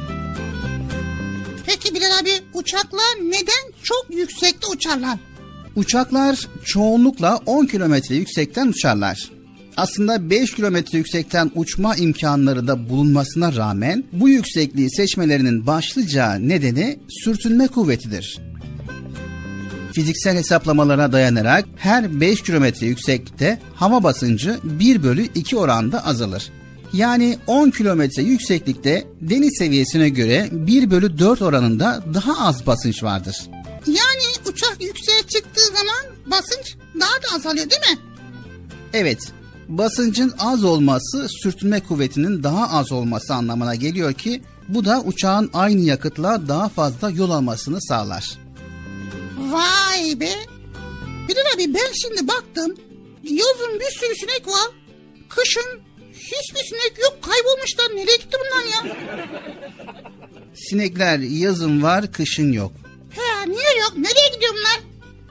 Peki Bilal abi, uçaklar neden çok yüksekte uçarlar? Uçaklar çoğunlukla on kilometre yüksekten uçarlar. Aslında beş kilometre yüksekten uçma imkanları da bulunmasına rağmen bu yüksekliği seçmelerinin başlıca nedeni sürtünme kuvvetidir. Fiziksel hesaplamalara dayanarak her beş kilometre yükseklikte hava basıncı bir bölü iki oranda azalır. Yani on kilometre yükseklikte deniz seviyesine göre bir bölü dört oranında daha az basınç vardır. Yani uçak yükseğe çıktığı zaman basınç daha da azalıyor değil mi? Evet, basıncın az olması sürtünme kuvvetinin daha az olması anlamına geliyor ki bu da uçağın aynı yakıtla daha fazla yol almasını sağlar. Vay be! Bilal abi, ben şimdi baktım, yazın bir sürü sinek var, kışın hiçbir sinek yok, kaybolmuşlar. Nereye gitti bunlar ya? Sinekler yazın var, kışın yok. He, niye yok? Nereye gidiyor bunlar?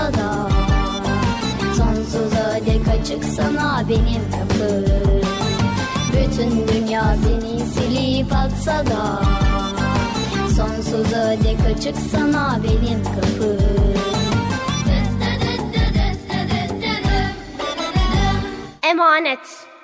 kalsa da sonsuza dek açık sana benim kapım. Bütün dünya seni silip atsa da sonsuza dek açık sana benim kapım. Emanet.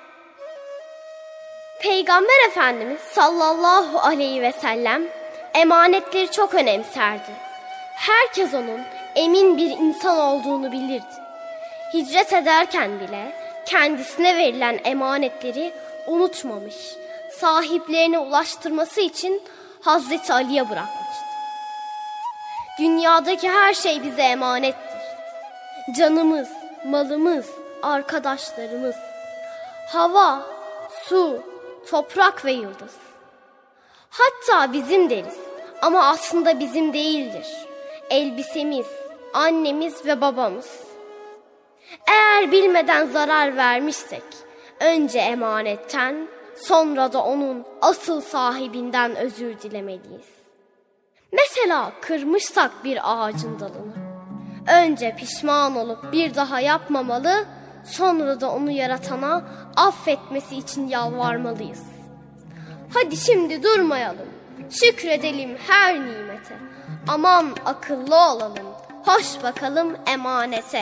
Peygamber Efendimiz sallallahu aleyhi ve sellem emanetleri çok önemserdi. Herkes onun emin bir insan olduğunu bilirdi. Hicret ederken bile kendisine verilen emanetleri unutmamış, sahiplerine ulaştırması için Hazreti Ali'ye bırakmıştı. Dünyadaki her şey bize emanettir. Canımız, malımız, arkadaşlarımız, hava, su, toprak ve yıldız. Hatta bizim deriz ama aslında bizim değildir. Elbisemiz, annemiz ve babamız. Eğer bilmeden zarar vermişsek, önce emanetten, sonra da onun asıl sahibinden özür dilemeliyiz. Mesela kırmışsak bir ağacın dalını, önce pişman olup bir daha yapmamalı, sonra da onu yaratana affetmesi için yalvarmalıyız. Hadi şimdi durmayalım, şükredelim her nimete. Aman akıllı olalım, hoş bakalım emanete.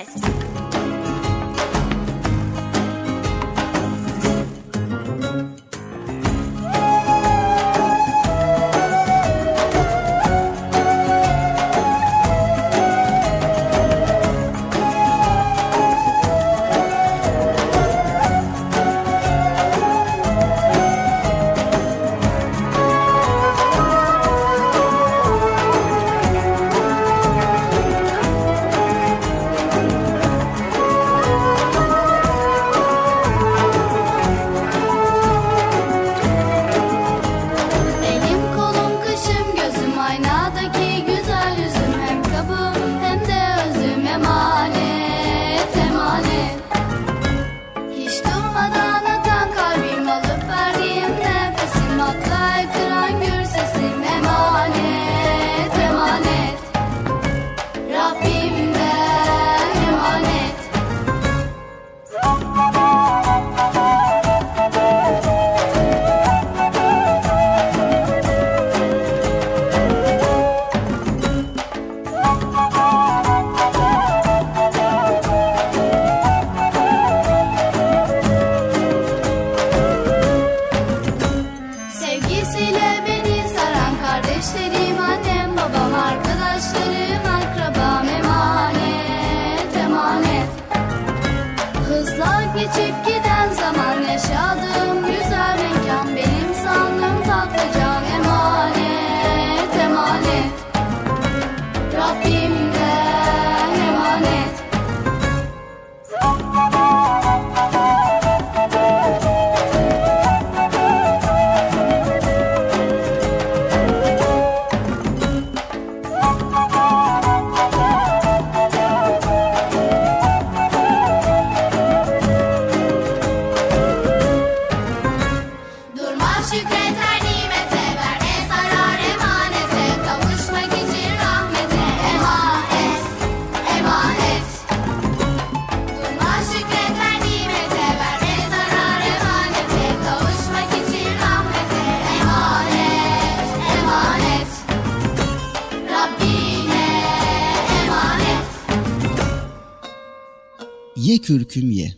Ye kürküm ye.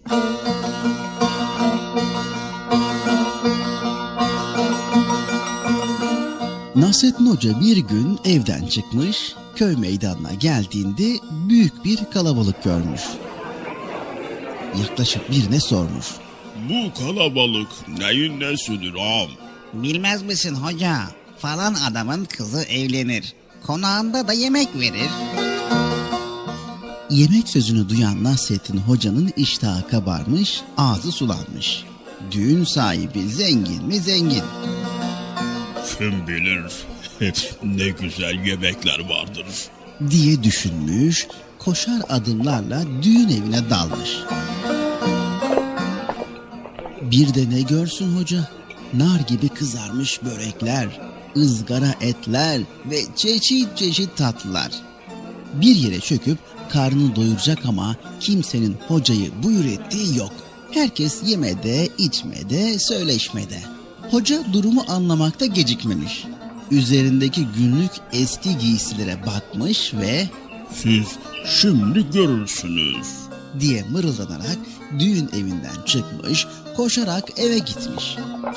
Nasrettin Hoca bir gün evden çıkmış, köy meydanına geldiğinde büyük bir kalabalık görmüş. Yaklaşıp birine sormuş. Bu kalabalık neyin nesidir ağam? Bilmez misin hoca? Falan adamın kızı evlenir. Konağında da yemek verir. Yemek sözünü duyan Nasrettin Hoca'nın iştahı kabarmış, ağzı sulanmış. Düğün sahibi zengin mi zengin? Kim bilir ne güzel yemekler vardır diye düşünmüş, koşar adımlarla düğün evine dalmış. Bir de ne görsün hoca? Nar gibi kızarmış börekler, ızgara etler ve çeşit çeşit tatlılar. Bir yere çöküp karnını doyuracak ama kimsenin hocayı buyur ettiği yok. Herkes yemede, içmede, söyleşmede. Hoca durumu anlamakta gecikmemiş. Üzerindeki günlük eski giysilere bakmış ve "Siz şimdi görürsünüz" diye mırıldanarak düğün evinden çıkmış, koşarak eve gitmiş.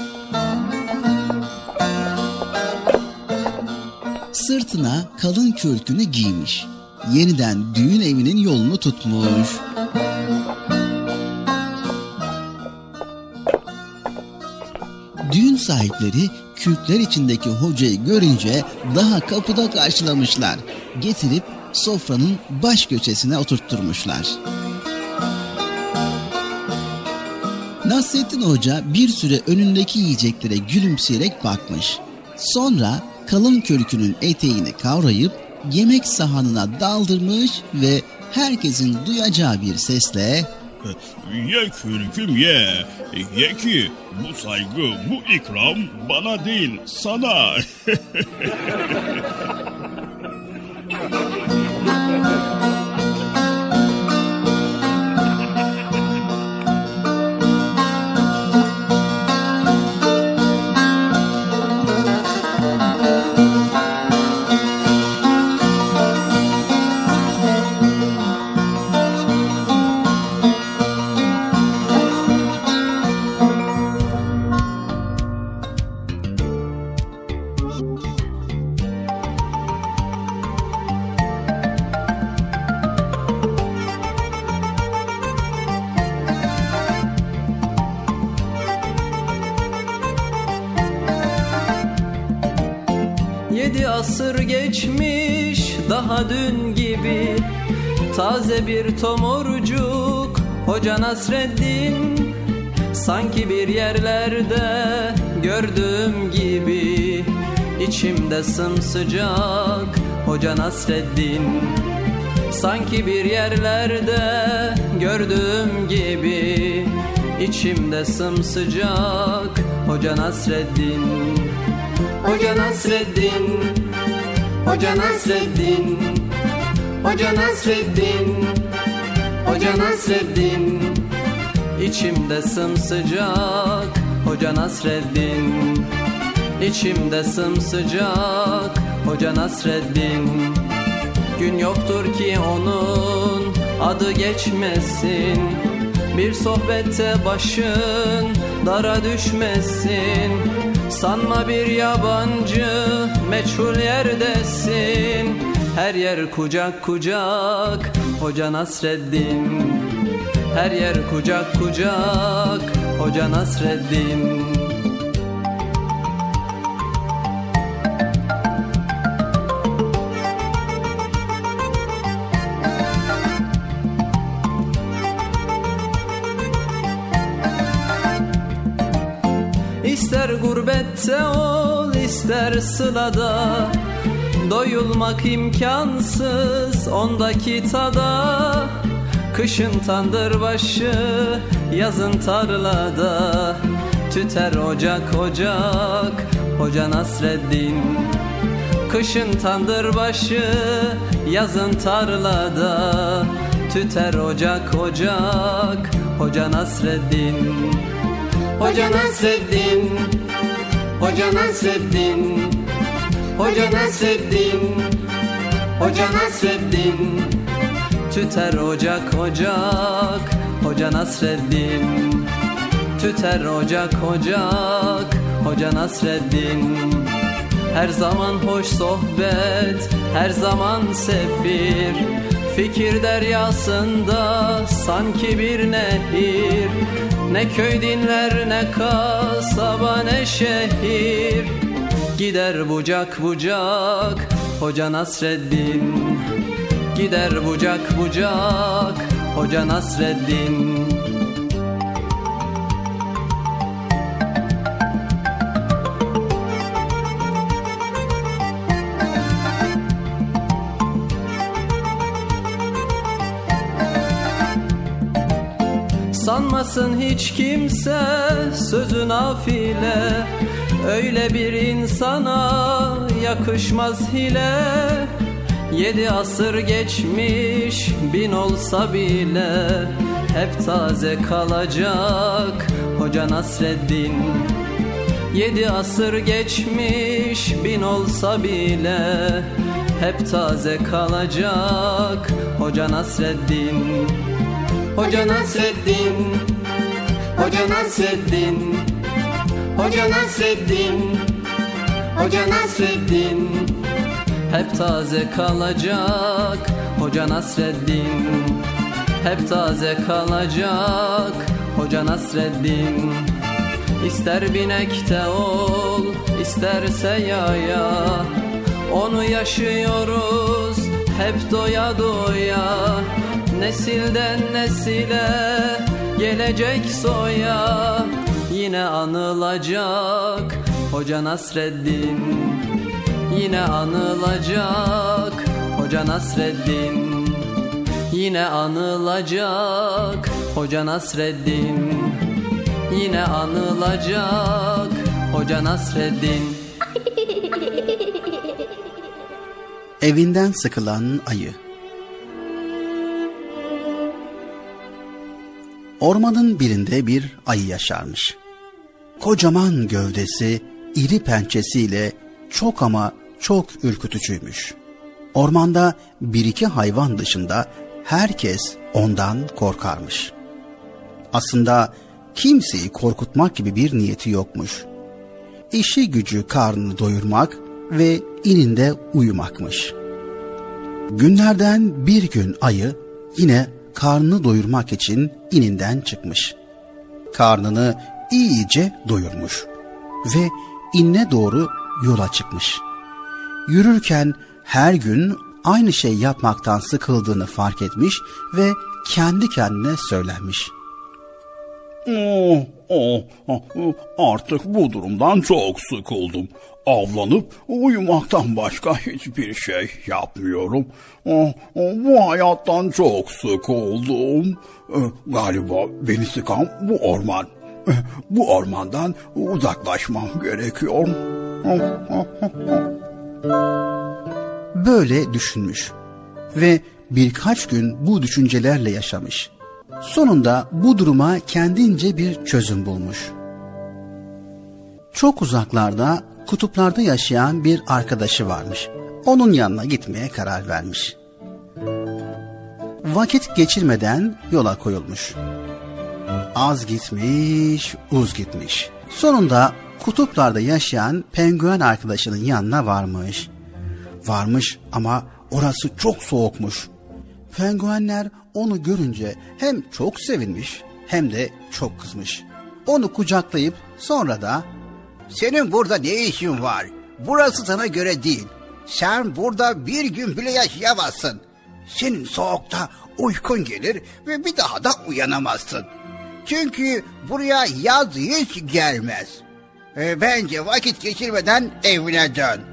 Sırtına kalın kürkünü giymiş. Yeniden düğün evinin yolunu tutmuş. Düğün sahipleri kürkler içindeki hocayı görünce daha kapıda karşılamışlar. Getirip sofranın baş köşesine oturtturmuşlar. Nasrettin Hoca bir süre önündeki yiyeceklere gülümseyerek bakmış. Sonra kalın kürkünün eteğini kavrayıp yemek sahanına daldırmış ve herkesin duyacağı bir sesle "Ye kürküm ye, ye ki bu saygı, bu ikram bana değil sana." Yedi asır geçmiş daha dün gibi, taze bir tomurcuk Hoca Nasreddin. Sanki bir yerlerde gördüğüm gibi, içimde sımsıcak Hoca Nasreddin. Sanki bir yerlerde gördüğüm gibi, içimde sımsıcak Hoca Nasreddin. Hoca Nasreddin, Hoca Nasreddin, Hoca Nasreddin, Hoca Nasreddin. İçimde sımsıcak Hoca Nasreddin. İçimde sımsıcak Hoca Nasreddin. Gün yoktur ki onun adı geçmesin, bir sohbette başın dara düşmesin. Sanma bir yabancı meçhul yerdesin, her yer kucak kucak Hoca Nasreddin. Her yer kucak kucak Hoca Nasreddin. İster gurbette ol, ister sılada, doyulmak imkansız ondaki tada. Kışın tandır başı, yazın tarlada, tüter ocak ocak Hoca Nasreddin. Kışın tandır başı, yazın tarlada, tüter ocak ocak Hoca Nasreddin. Hoca Nasreddin, Hoca Nasreddin, Hoca Nasreddin, Hoca Nasreddin. Tüter ocak ocak Hoca Nasreddin. Tüter ocak ocak Hoca Nasreddin. Her zaman hoş sohbet, her zaman sefir, fikir deryasında sanki bir nehir. Ne köy dinler, ne kasaba, ne şehir, gider bucak bucak Hoca Nasreddin. Gider bucak bucak Hoca Nasreddin. Sanmasın hiç kimse sözü nafile, öyle bir insana yakışmaz hile. Yedi asır geçmiş bin olsa bile hep taze kalacak Hoca Nasreddin. Yedi asır geçmiş bin olsa bile hep taze kalacak Hoca Nasreddin. Hoca Nasreddin, Hoca Nasreddin, Hoca Nasreddin, Hoca Nasreddin, hep taze kalacak Hoca Nasreddin. Hep taze kalacak Hoca Nasreddin. İster binekte ol, isterse yaya, onu yaşıyoruz hep doya doya. Nesilden nesile gelecek soya, yine anılacak Hoca Nasreddin. Yine anılacak Hoca Nasreddin. Yine anılacak Hoca Nasreddin. Yine anılacak Hoca Nasreddin. Evinden sıkılan ayı. Ormanın birinde bir ayı yaşarmış. Kocaman gövdesi, iri pençesiyle çok ama çok ürkütücüymüş. Ormanda bir iki hayvan dışında herkes ondan korkarmış. Aslında kimseyi korkutmak gibi bir niyeti yokmuş. İşi gücü karnını doyurmak ve ininde uyumakmış. Günlerden bir gün ayı yine karnını doyurmak için ininden çıkmış. Karnını iyice doyurmuş ve inine doğru yola çıkmış. Yürürken her gün aynı şey yapmaktan sıkıldığını fark etmiş ve kendi kendine söylenmiş. Oh, oh, oh, artık bu durumdan çok sıkıldım. Avlanıp uyumaktan başka hiçbir şey yapmıyorum. Oh, oh, bu hayattan çok sıkıldım. Galiba beni sıkan bu orman. Bu ormandan uzaklaşmam gerekiyor. Böyle düşünmüş ve birkaç gün bu düşüncelerle yaşamış. Sonunda bu duruma kendince bir çözüm bulmuş. Çok uzaklarda, kutuplarda yaşayan bir arkadaşı varmış. Onun yanına gitmeye karar vermiş. Vakit geçirmeden yola koyulmuş. Az gitmiş, uz gitmiş. Sonunda kutuplarda yaşayan penguen arkadaşının yanına varmış. Varmış ama orası çok soğukmuş. Penguenler onu görünce hem çok sevinmiş hem de çok kızmış. Onu kucaklayıp sonra da "Senin burada ne işin var? Burası sana göre değil. Sen burada bir gün bile yaşayamazsın. Senin soğukta uykun gelir ve bir daha da uyanamazsın. Çünkü buraya yaz hiç gelmez. E, bence vakit geçirmeden evine dön."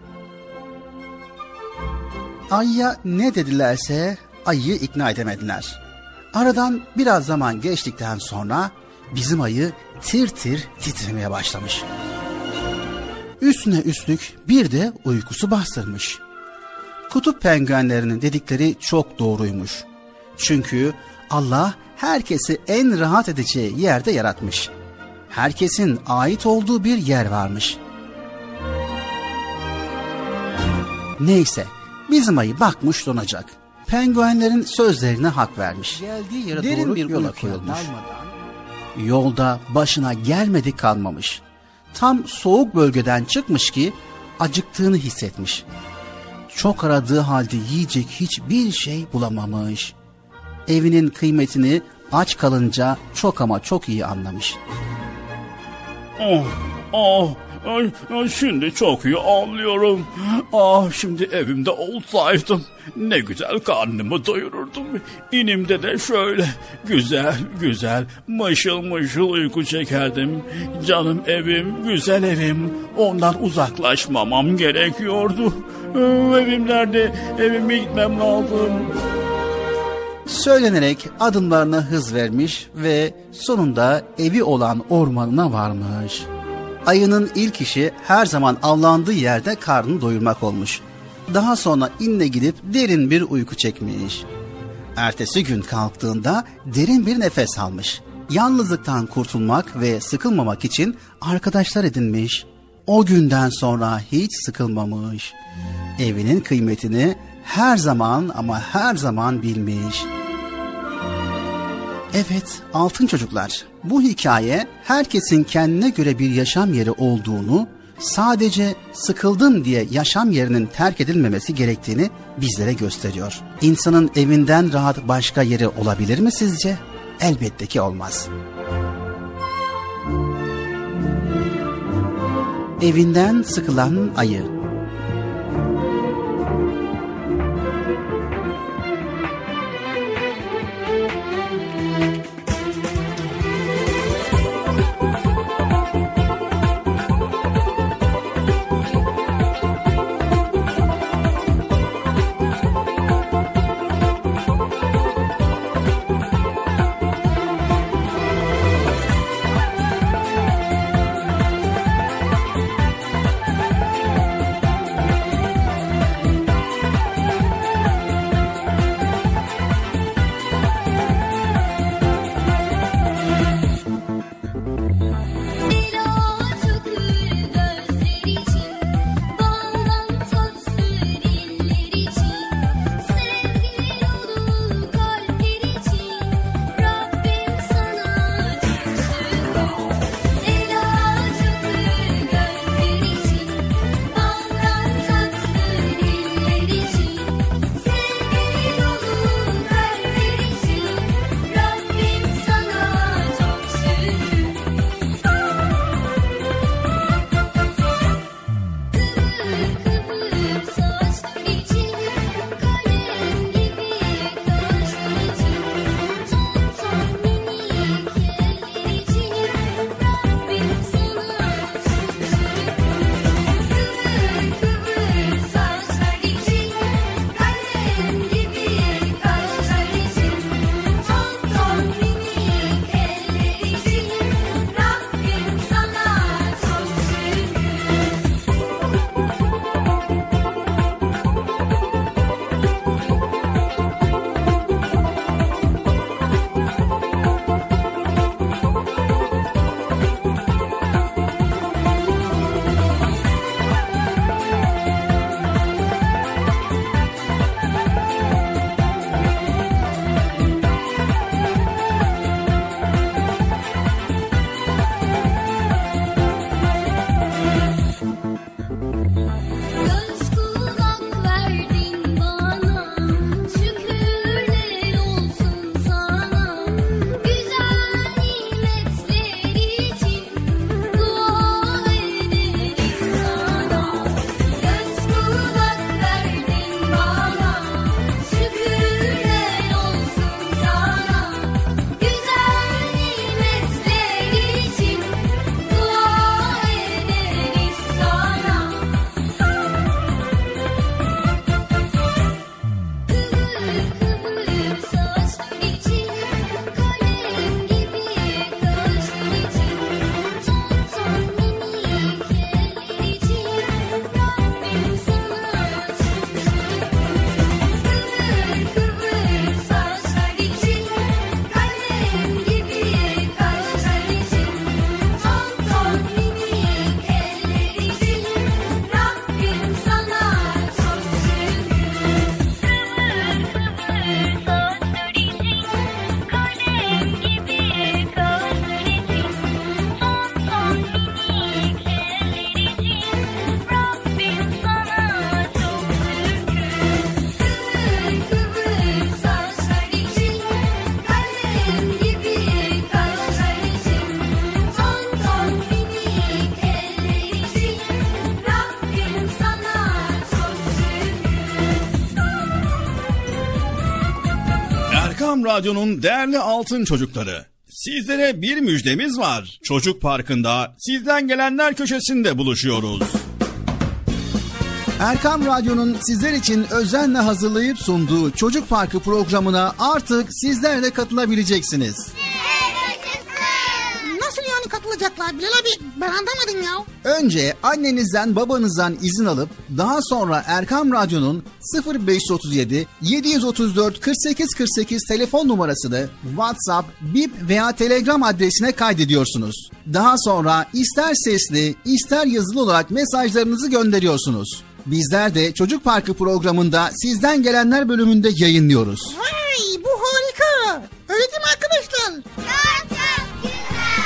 Ayıya ne dedilerse ayıyı ikna edemediler. Aradan biraz zaman geçtikten sonra bizim ayı tir tir titremeye başlamış. Üstüne üstlük bir de uykusu bastırmış. Kutup penguenlerinin dedikleri çok doğruymuş. Çünkü Allah herkesi en rahat edeceği yerde yaratmış. Herkesin ait olduğu bir yer varmış. Neyse, bizim ayı bakmış donacak. Penguenlerin sözlerine hak vermiş. Geldiği yere derin doğru bir yola koyulmuş. Yolda başına gelmedik kalmamış. Tam soğuk bölgeden çıkmış ki acıktığını hissetmiş. Çok aradığı halde yiyecek hiçbir şey bulamamış. Evinin kıymetini aç kalınca çok ama çok iyi anlamış. Oh, oh, ay, şimdi çok iyi anlıyorum. Ah, şimdi evimde olsaydım ne güzel karnımı doyururdum. İnimde de şöyle güzel güzel mışıl mışıl uyku çekerdim. Canım evim, güzel evim. Ondan uzaklaşmamam gerekiyordu. Evim nerede? Evime gitmem lazım. Söylenerek adımlarına hız vermiş ve sonunda evi olan ormanına varmış. Ayının ilk işi her zaman avlandığı yerde karnını doyurmak olmuş. Daha sonra inle gidip derin bir uyku çekmiş. Ertesi gün kalktığında derin bir nefes almış. Yalnızlıktan kurtulmak ve sıkılmamak için arkadaşlar edinmiş. O günden sonra hiç sıkılmamış. Evinin kıymetini her zaman ama her zaman bilmiş. Evet, altın çocuklar, bu hikaye herkesin kendine göre bir yaşam yeri olduğunu, sadece sıkıldım diye yaşam yerinin terk edilmemesi gerektiğini bizlere gösteriyor. İnsanın evinden rahat başka yeri olabilir mi sizce? Elbette ki olmaz. Evinden sıkılan ayı. Erkam Radyo'nun değerli altın çocukları, sizlere bir müjdemiz var. Çocuk Parkı'nda sizden gelenler köşesinde buluşuyoruz. Erkam Radyo'nun sizler için özenle hazırlayıp sunduğu Çocuk Parkı programına artık sizler de katılabileceksiniz. Nasıl yani katılacaklar? arkadaşlar? Bilal abi ben anlamadım ya. Önce annenizden babanızdan izin alıp daha sonra Erkam Radyo'nun sıfır beş otuz yedi yedi otuz dört kırk sekiz kırk sekiz telefon numarasını WhatsApp, Bip veya Telegram adresine kaydediyorsunuz. Daha sonra ister sesli ister yazılı olarak mesajlarınızı gönderiyorsunuz. Bizler de Çocuk Parkı programında sizden gelenler bölümünde yayınlıyoruz. Vay bu harika. Öyle değil mi arkadaşlar? Çok çok güzel.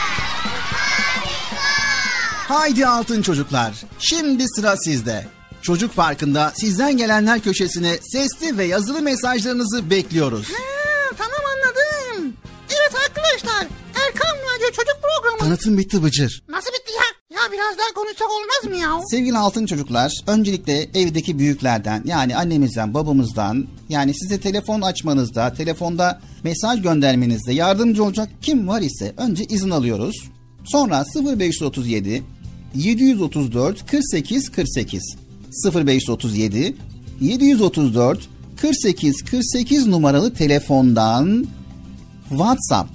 Harika. Haydi altın çocuklar, şimdi sıra sizde. Çocuk Parkı'nda sizden gelenler köşesine sesli ve yazılı mesajlarınızı bekliyoruz. Ha, tamam anladım. Evet arkadaşlar, Erkam Radyo Çocuk Programı. Tanıtım bitti Bıcır. Nasıl bitti ya? Ya biraz daha konuşsak olmaz mı ya? Sevgili altın çocuklar, öncelikle evdeki büyüklerden, yani annemizden, babamızdan, yani size telefon açmanızda, telefonda mesaj göndermenizde yardımcı olacak kim var ise önce izin alıyoruz. Sonra sıfır beş otuz yedi yedi otuz dört kırk sekiz kırk sekiz sıfır beş otuz yedi yedi otuz dört kırk sekiz kırk sekiz numaralı telefondan WhatsApp,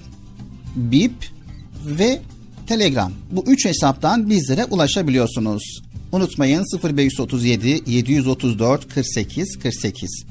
Bip ve Telegram. Bu üç hesaptan bizlere ulaşabiliyorsunuz. Unutmayın sıfır beş otuz yedi yedi otuz dört kırk sekiz kırk sekiz.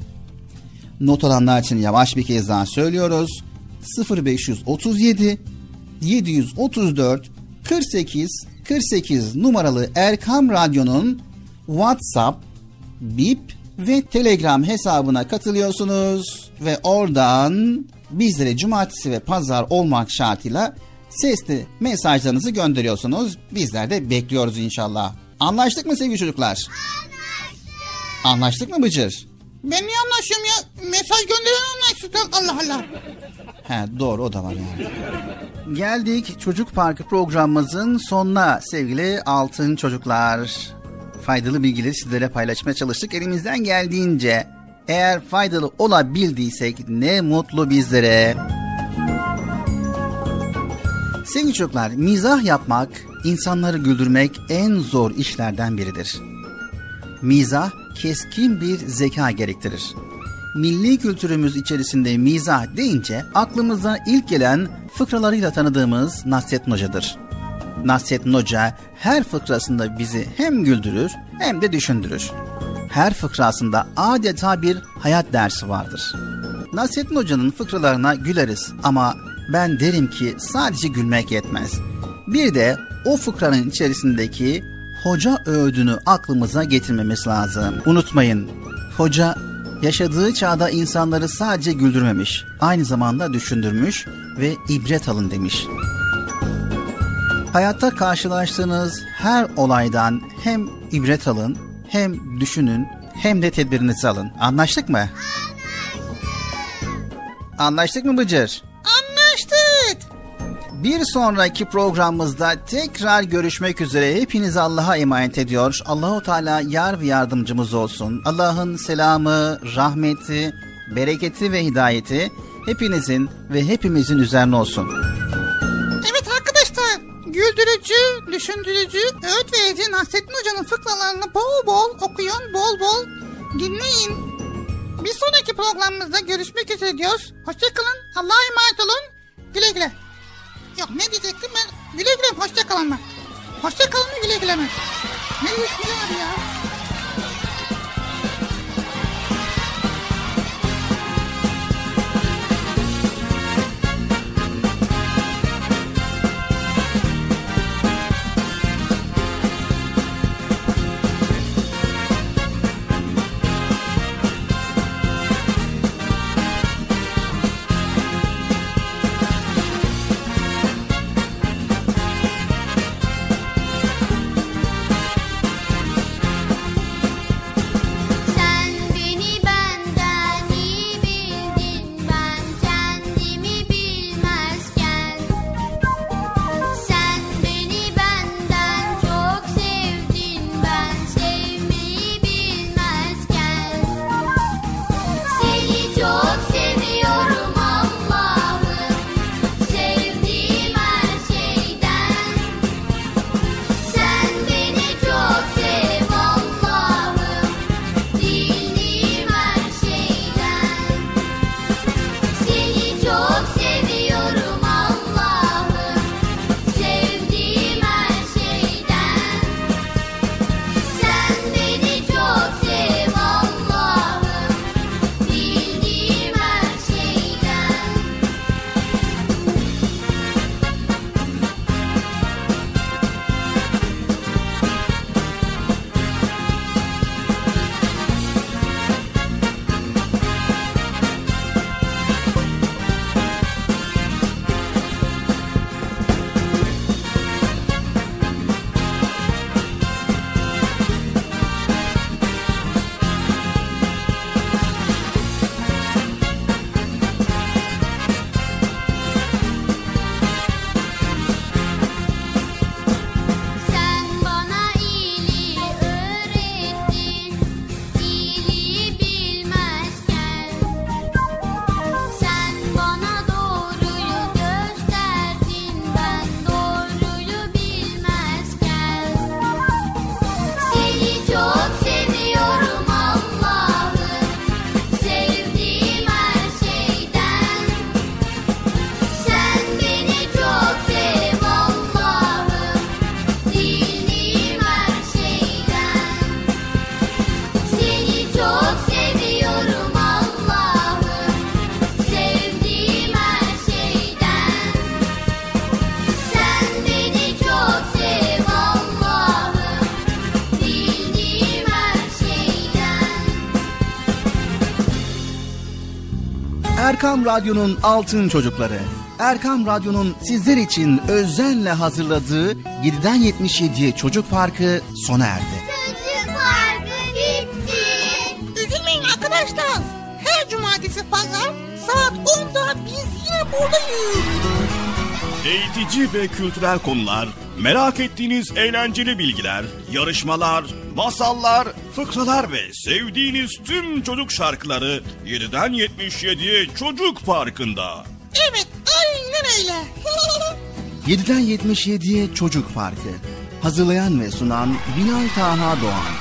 Not alanlar için yavaş bir kez daha söylüyoruz. sıfır beş otuz yedi yedi otuz dört kırk sekiz kırk sekiz numaralı Erkam Radyo'nun WhatsApp, Bip ve Telegram hesabına katılıyorsunuz ve oradan bizlere cumartesi ve pazar olmak şartıyla sesli mesajlarınızı gönderiyorsunuz. Bizler de bekliyoruz inşallah. Anlaştık mı sevgili çocuklar? Anlaştık. Anlaştık mı Bıcır? Ben niye anlaşıyorum ya? Mesaj gönderen anlaştık. Allah Allah. He doğru, o da var yani. Geldik Çocuk Parkı programımızın sonuna sevgili altın çocuklar. Faydalı bilgileri sizlere paylaşmaya çalıştık elimizden geldiğince. Eğer faydalı olabildiysek ne mutlu bizlere. Sevgili çocuklar, mizah yapmak, insanları güldürmek en zor işlerden biridir. Mizah keskin bir zeka gerektirir. Milli kültürümüz içerisinde mizah deyince aklımıza ilk gelen fıkralarıyla tanıdığımız Nasrettin Hoca'dır. Nasrettin Hoca her fıkrasında bizi hem güldürür hem de düşündürür. Her fıkrasında adeta bir hayat dersi vardır. Nasrettin Hoca'nın fıkralarına güleriz ama ben derim ki sadece gülmek yetmez. Bir de o fıkranın içerisindeki hoca öğüdünü aklımıza getirmemiz lazım. Unutmayın, hoca yaşadığı çağda insanları sadece güldürmemiş, aynı zamanda düşündürmüş ve ibret alın demiş. Hayatta karşılaştığınız her olaydan hem ibret alın, hem düşünün, hem de tedbirinizi alın. Anlaştık mı? Anlaştık. Anlaştık mı Bıcır? Anlaştık. Bir sonraki programımızda tekrar görüşmek üzere. Hepinizi Allah'a emanet ediyor. Allahu Teala yar ve yardımcımız olsun. Allah'ın selamı, rahmeti, bereketi ve hidayeti hepinizin ve hepimizin üzerine olsun. Evet arkadaşlar, güldürücü, düşündürücü, öğüt verici Nasrettin Hoca'nın fıkralarını bol bol okuyun, bol bol dinleyin. Bir sonraki programımızda görüşmek üzere diyoruz. Hoşçakalın, Allah'a emanet olun. Güle güle. Yok ne diyecektim ben? Güle güle, hoşçakalın mı? Hoşçakalın mı, güle güle mi? Ne diyecektim ya? Erkam Radyo'nun altın çocukları. Erkam Radyo'nun sizler için özenle hazırladığı yediden yetmiş yediye Çocuk Parkı sona erdi. Çocuk Parkı bitti. Üzülmeyin arkadaşlar. Her cumartesi pazar saat onda biz yine buradayız. Eğitici ve kültürel konular, merak ettiğiniz eğlenceli bilgiler, yarışmalar, masallar, fıkralar ve sevdiğiniz tüm çocuk şarkıları yediden yetmiş yediye Çocuk Parkı'nda. Evet, aynen öyle. yediden yetmiş yediye Çocuk Parkı. Hazırlayan ve sunan Binal Taha Doğan.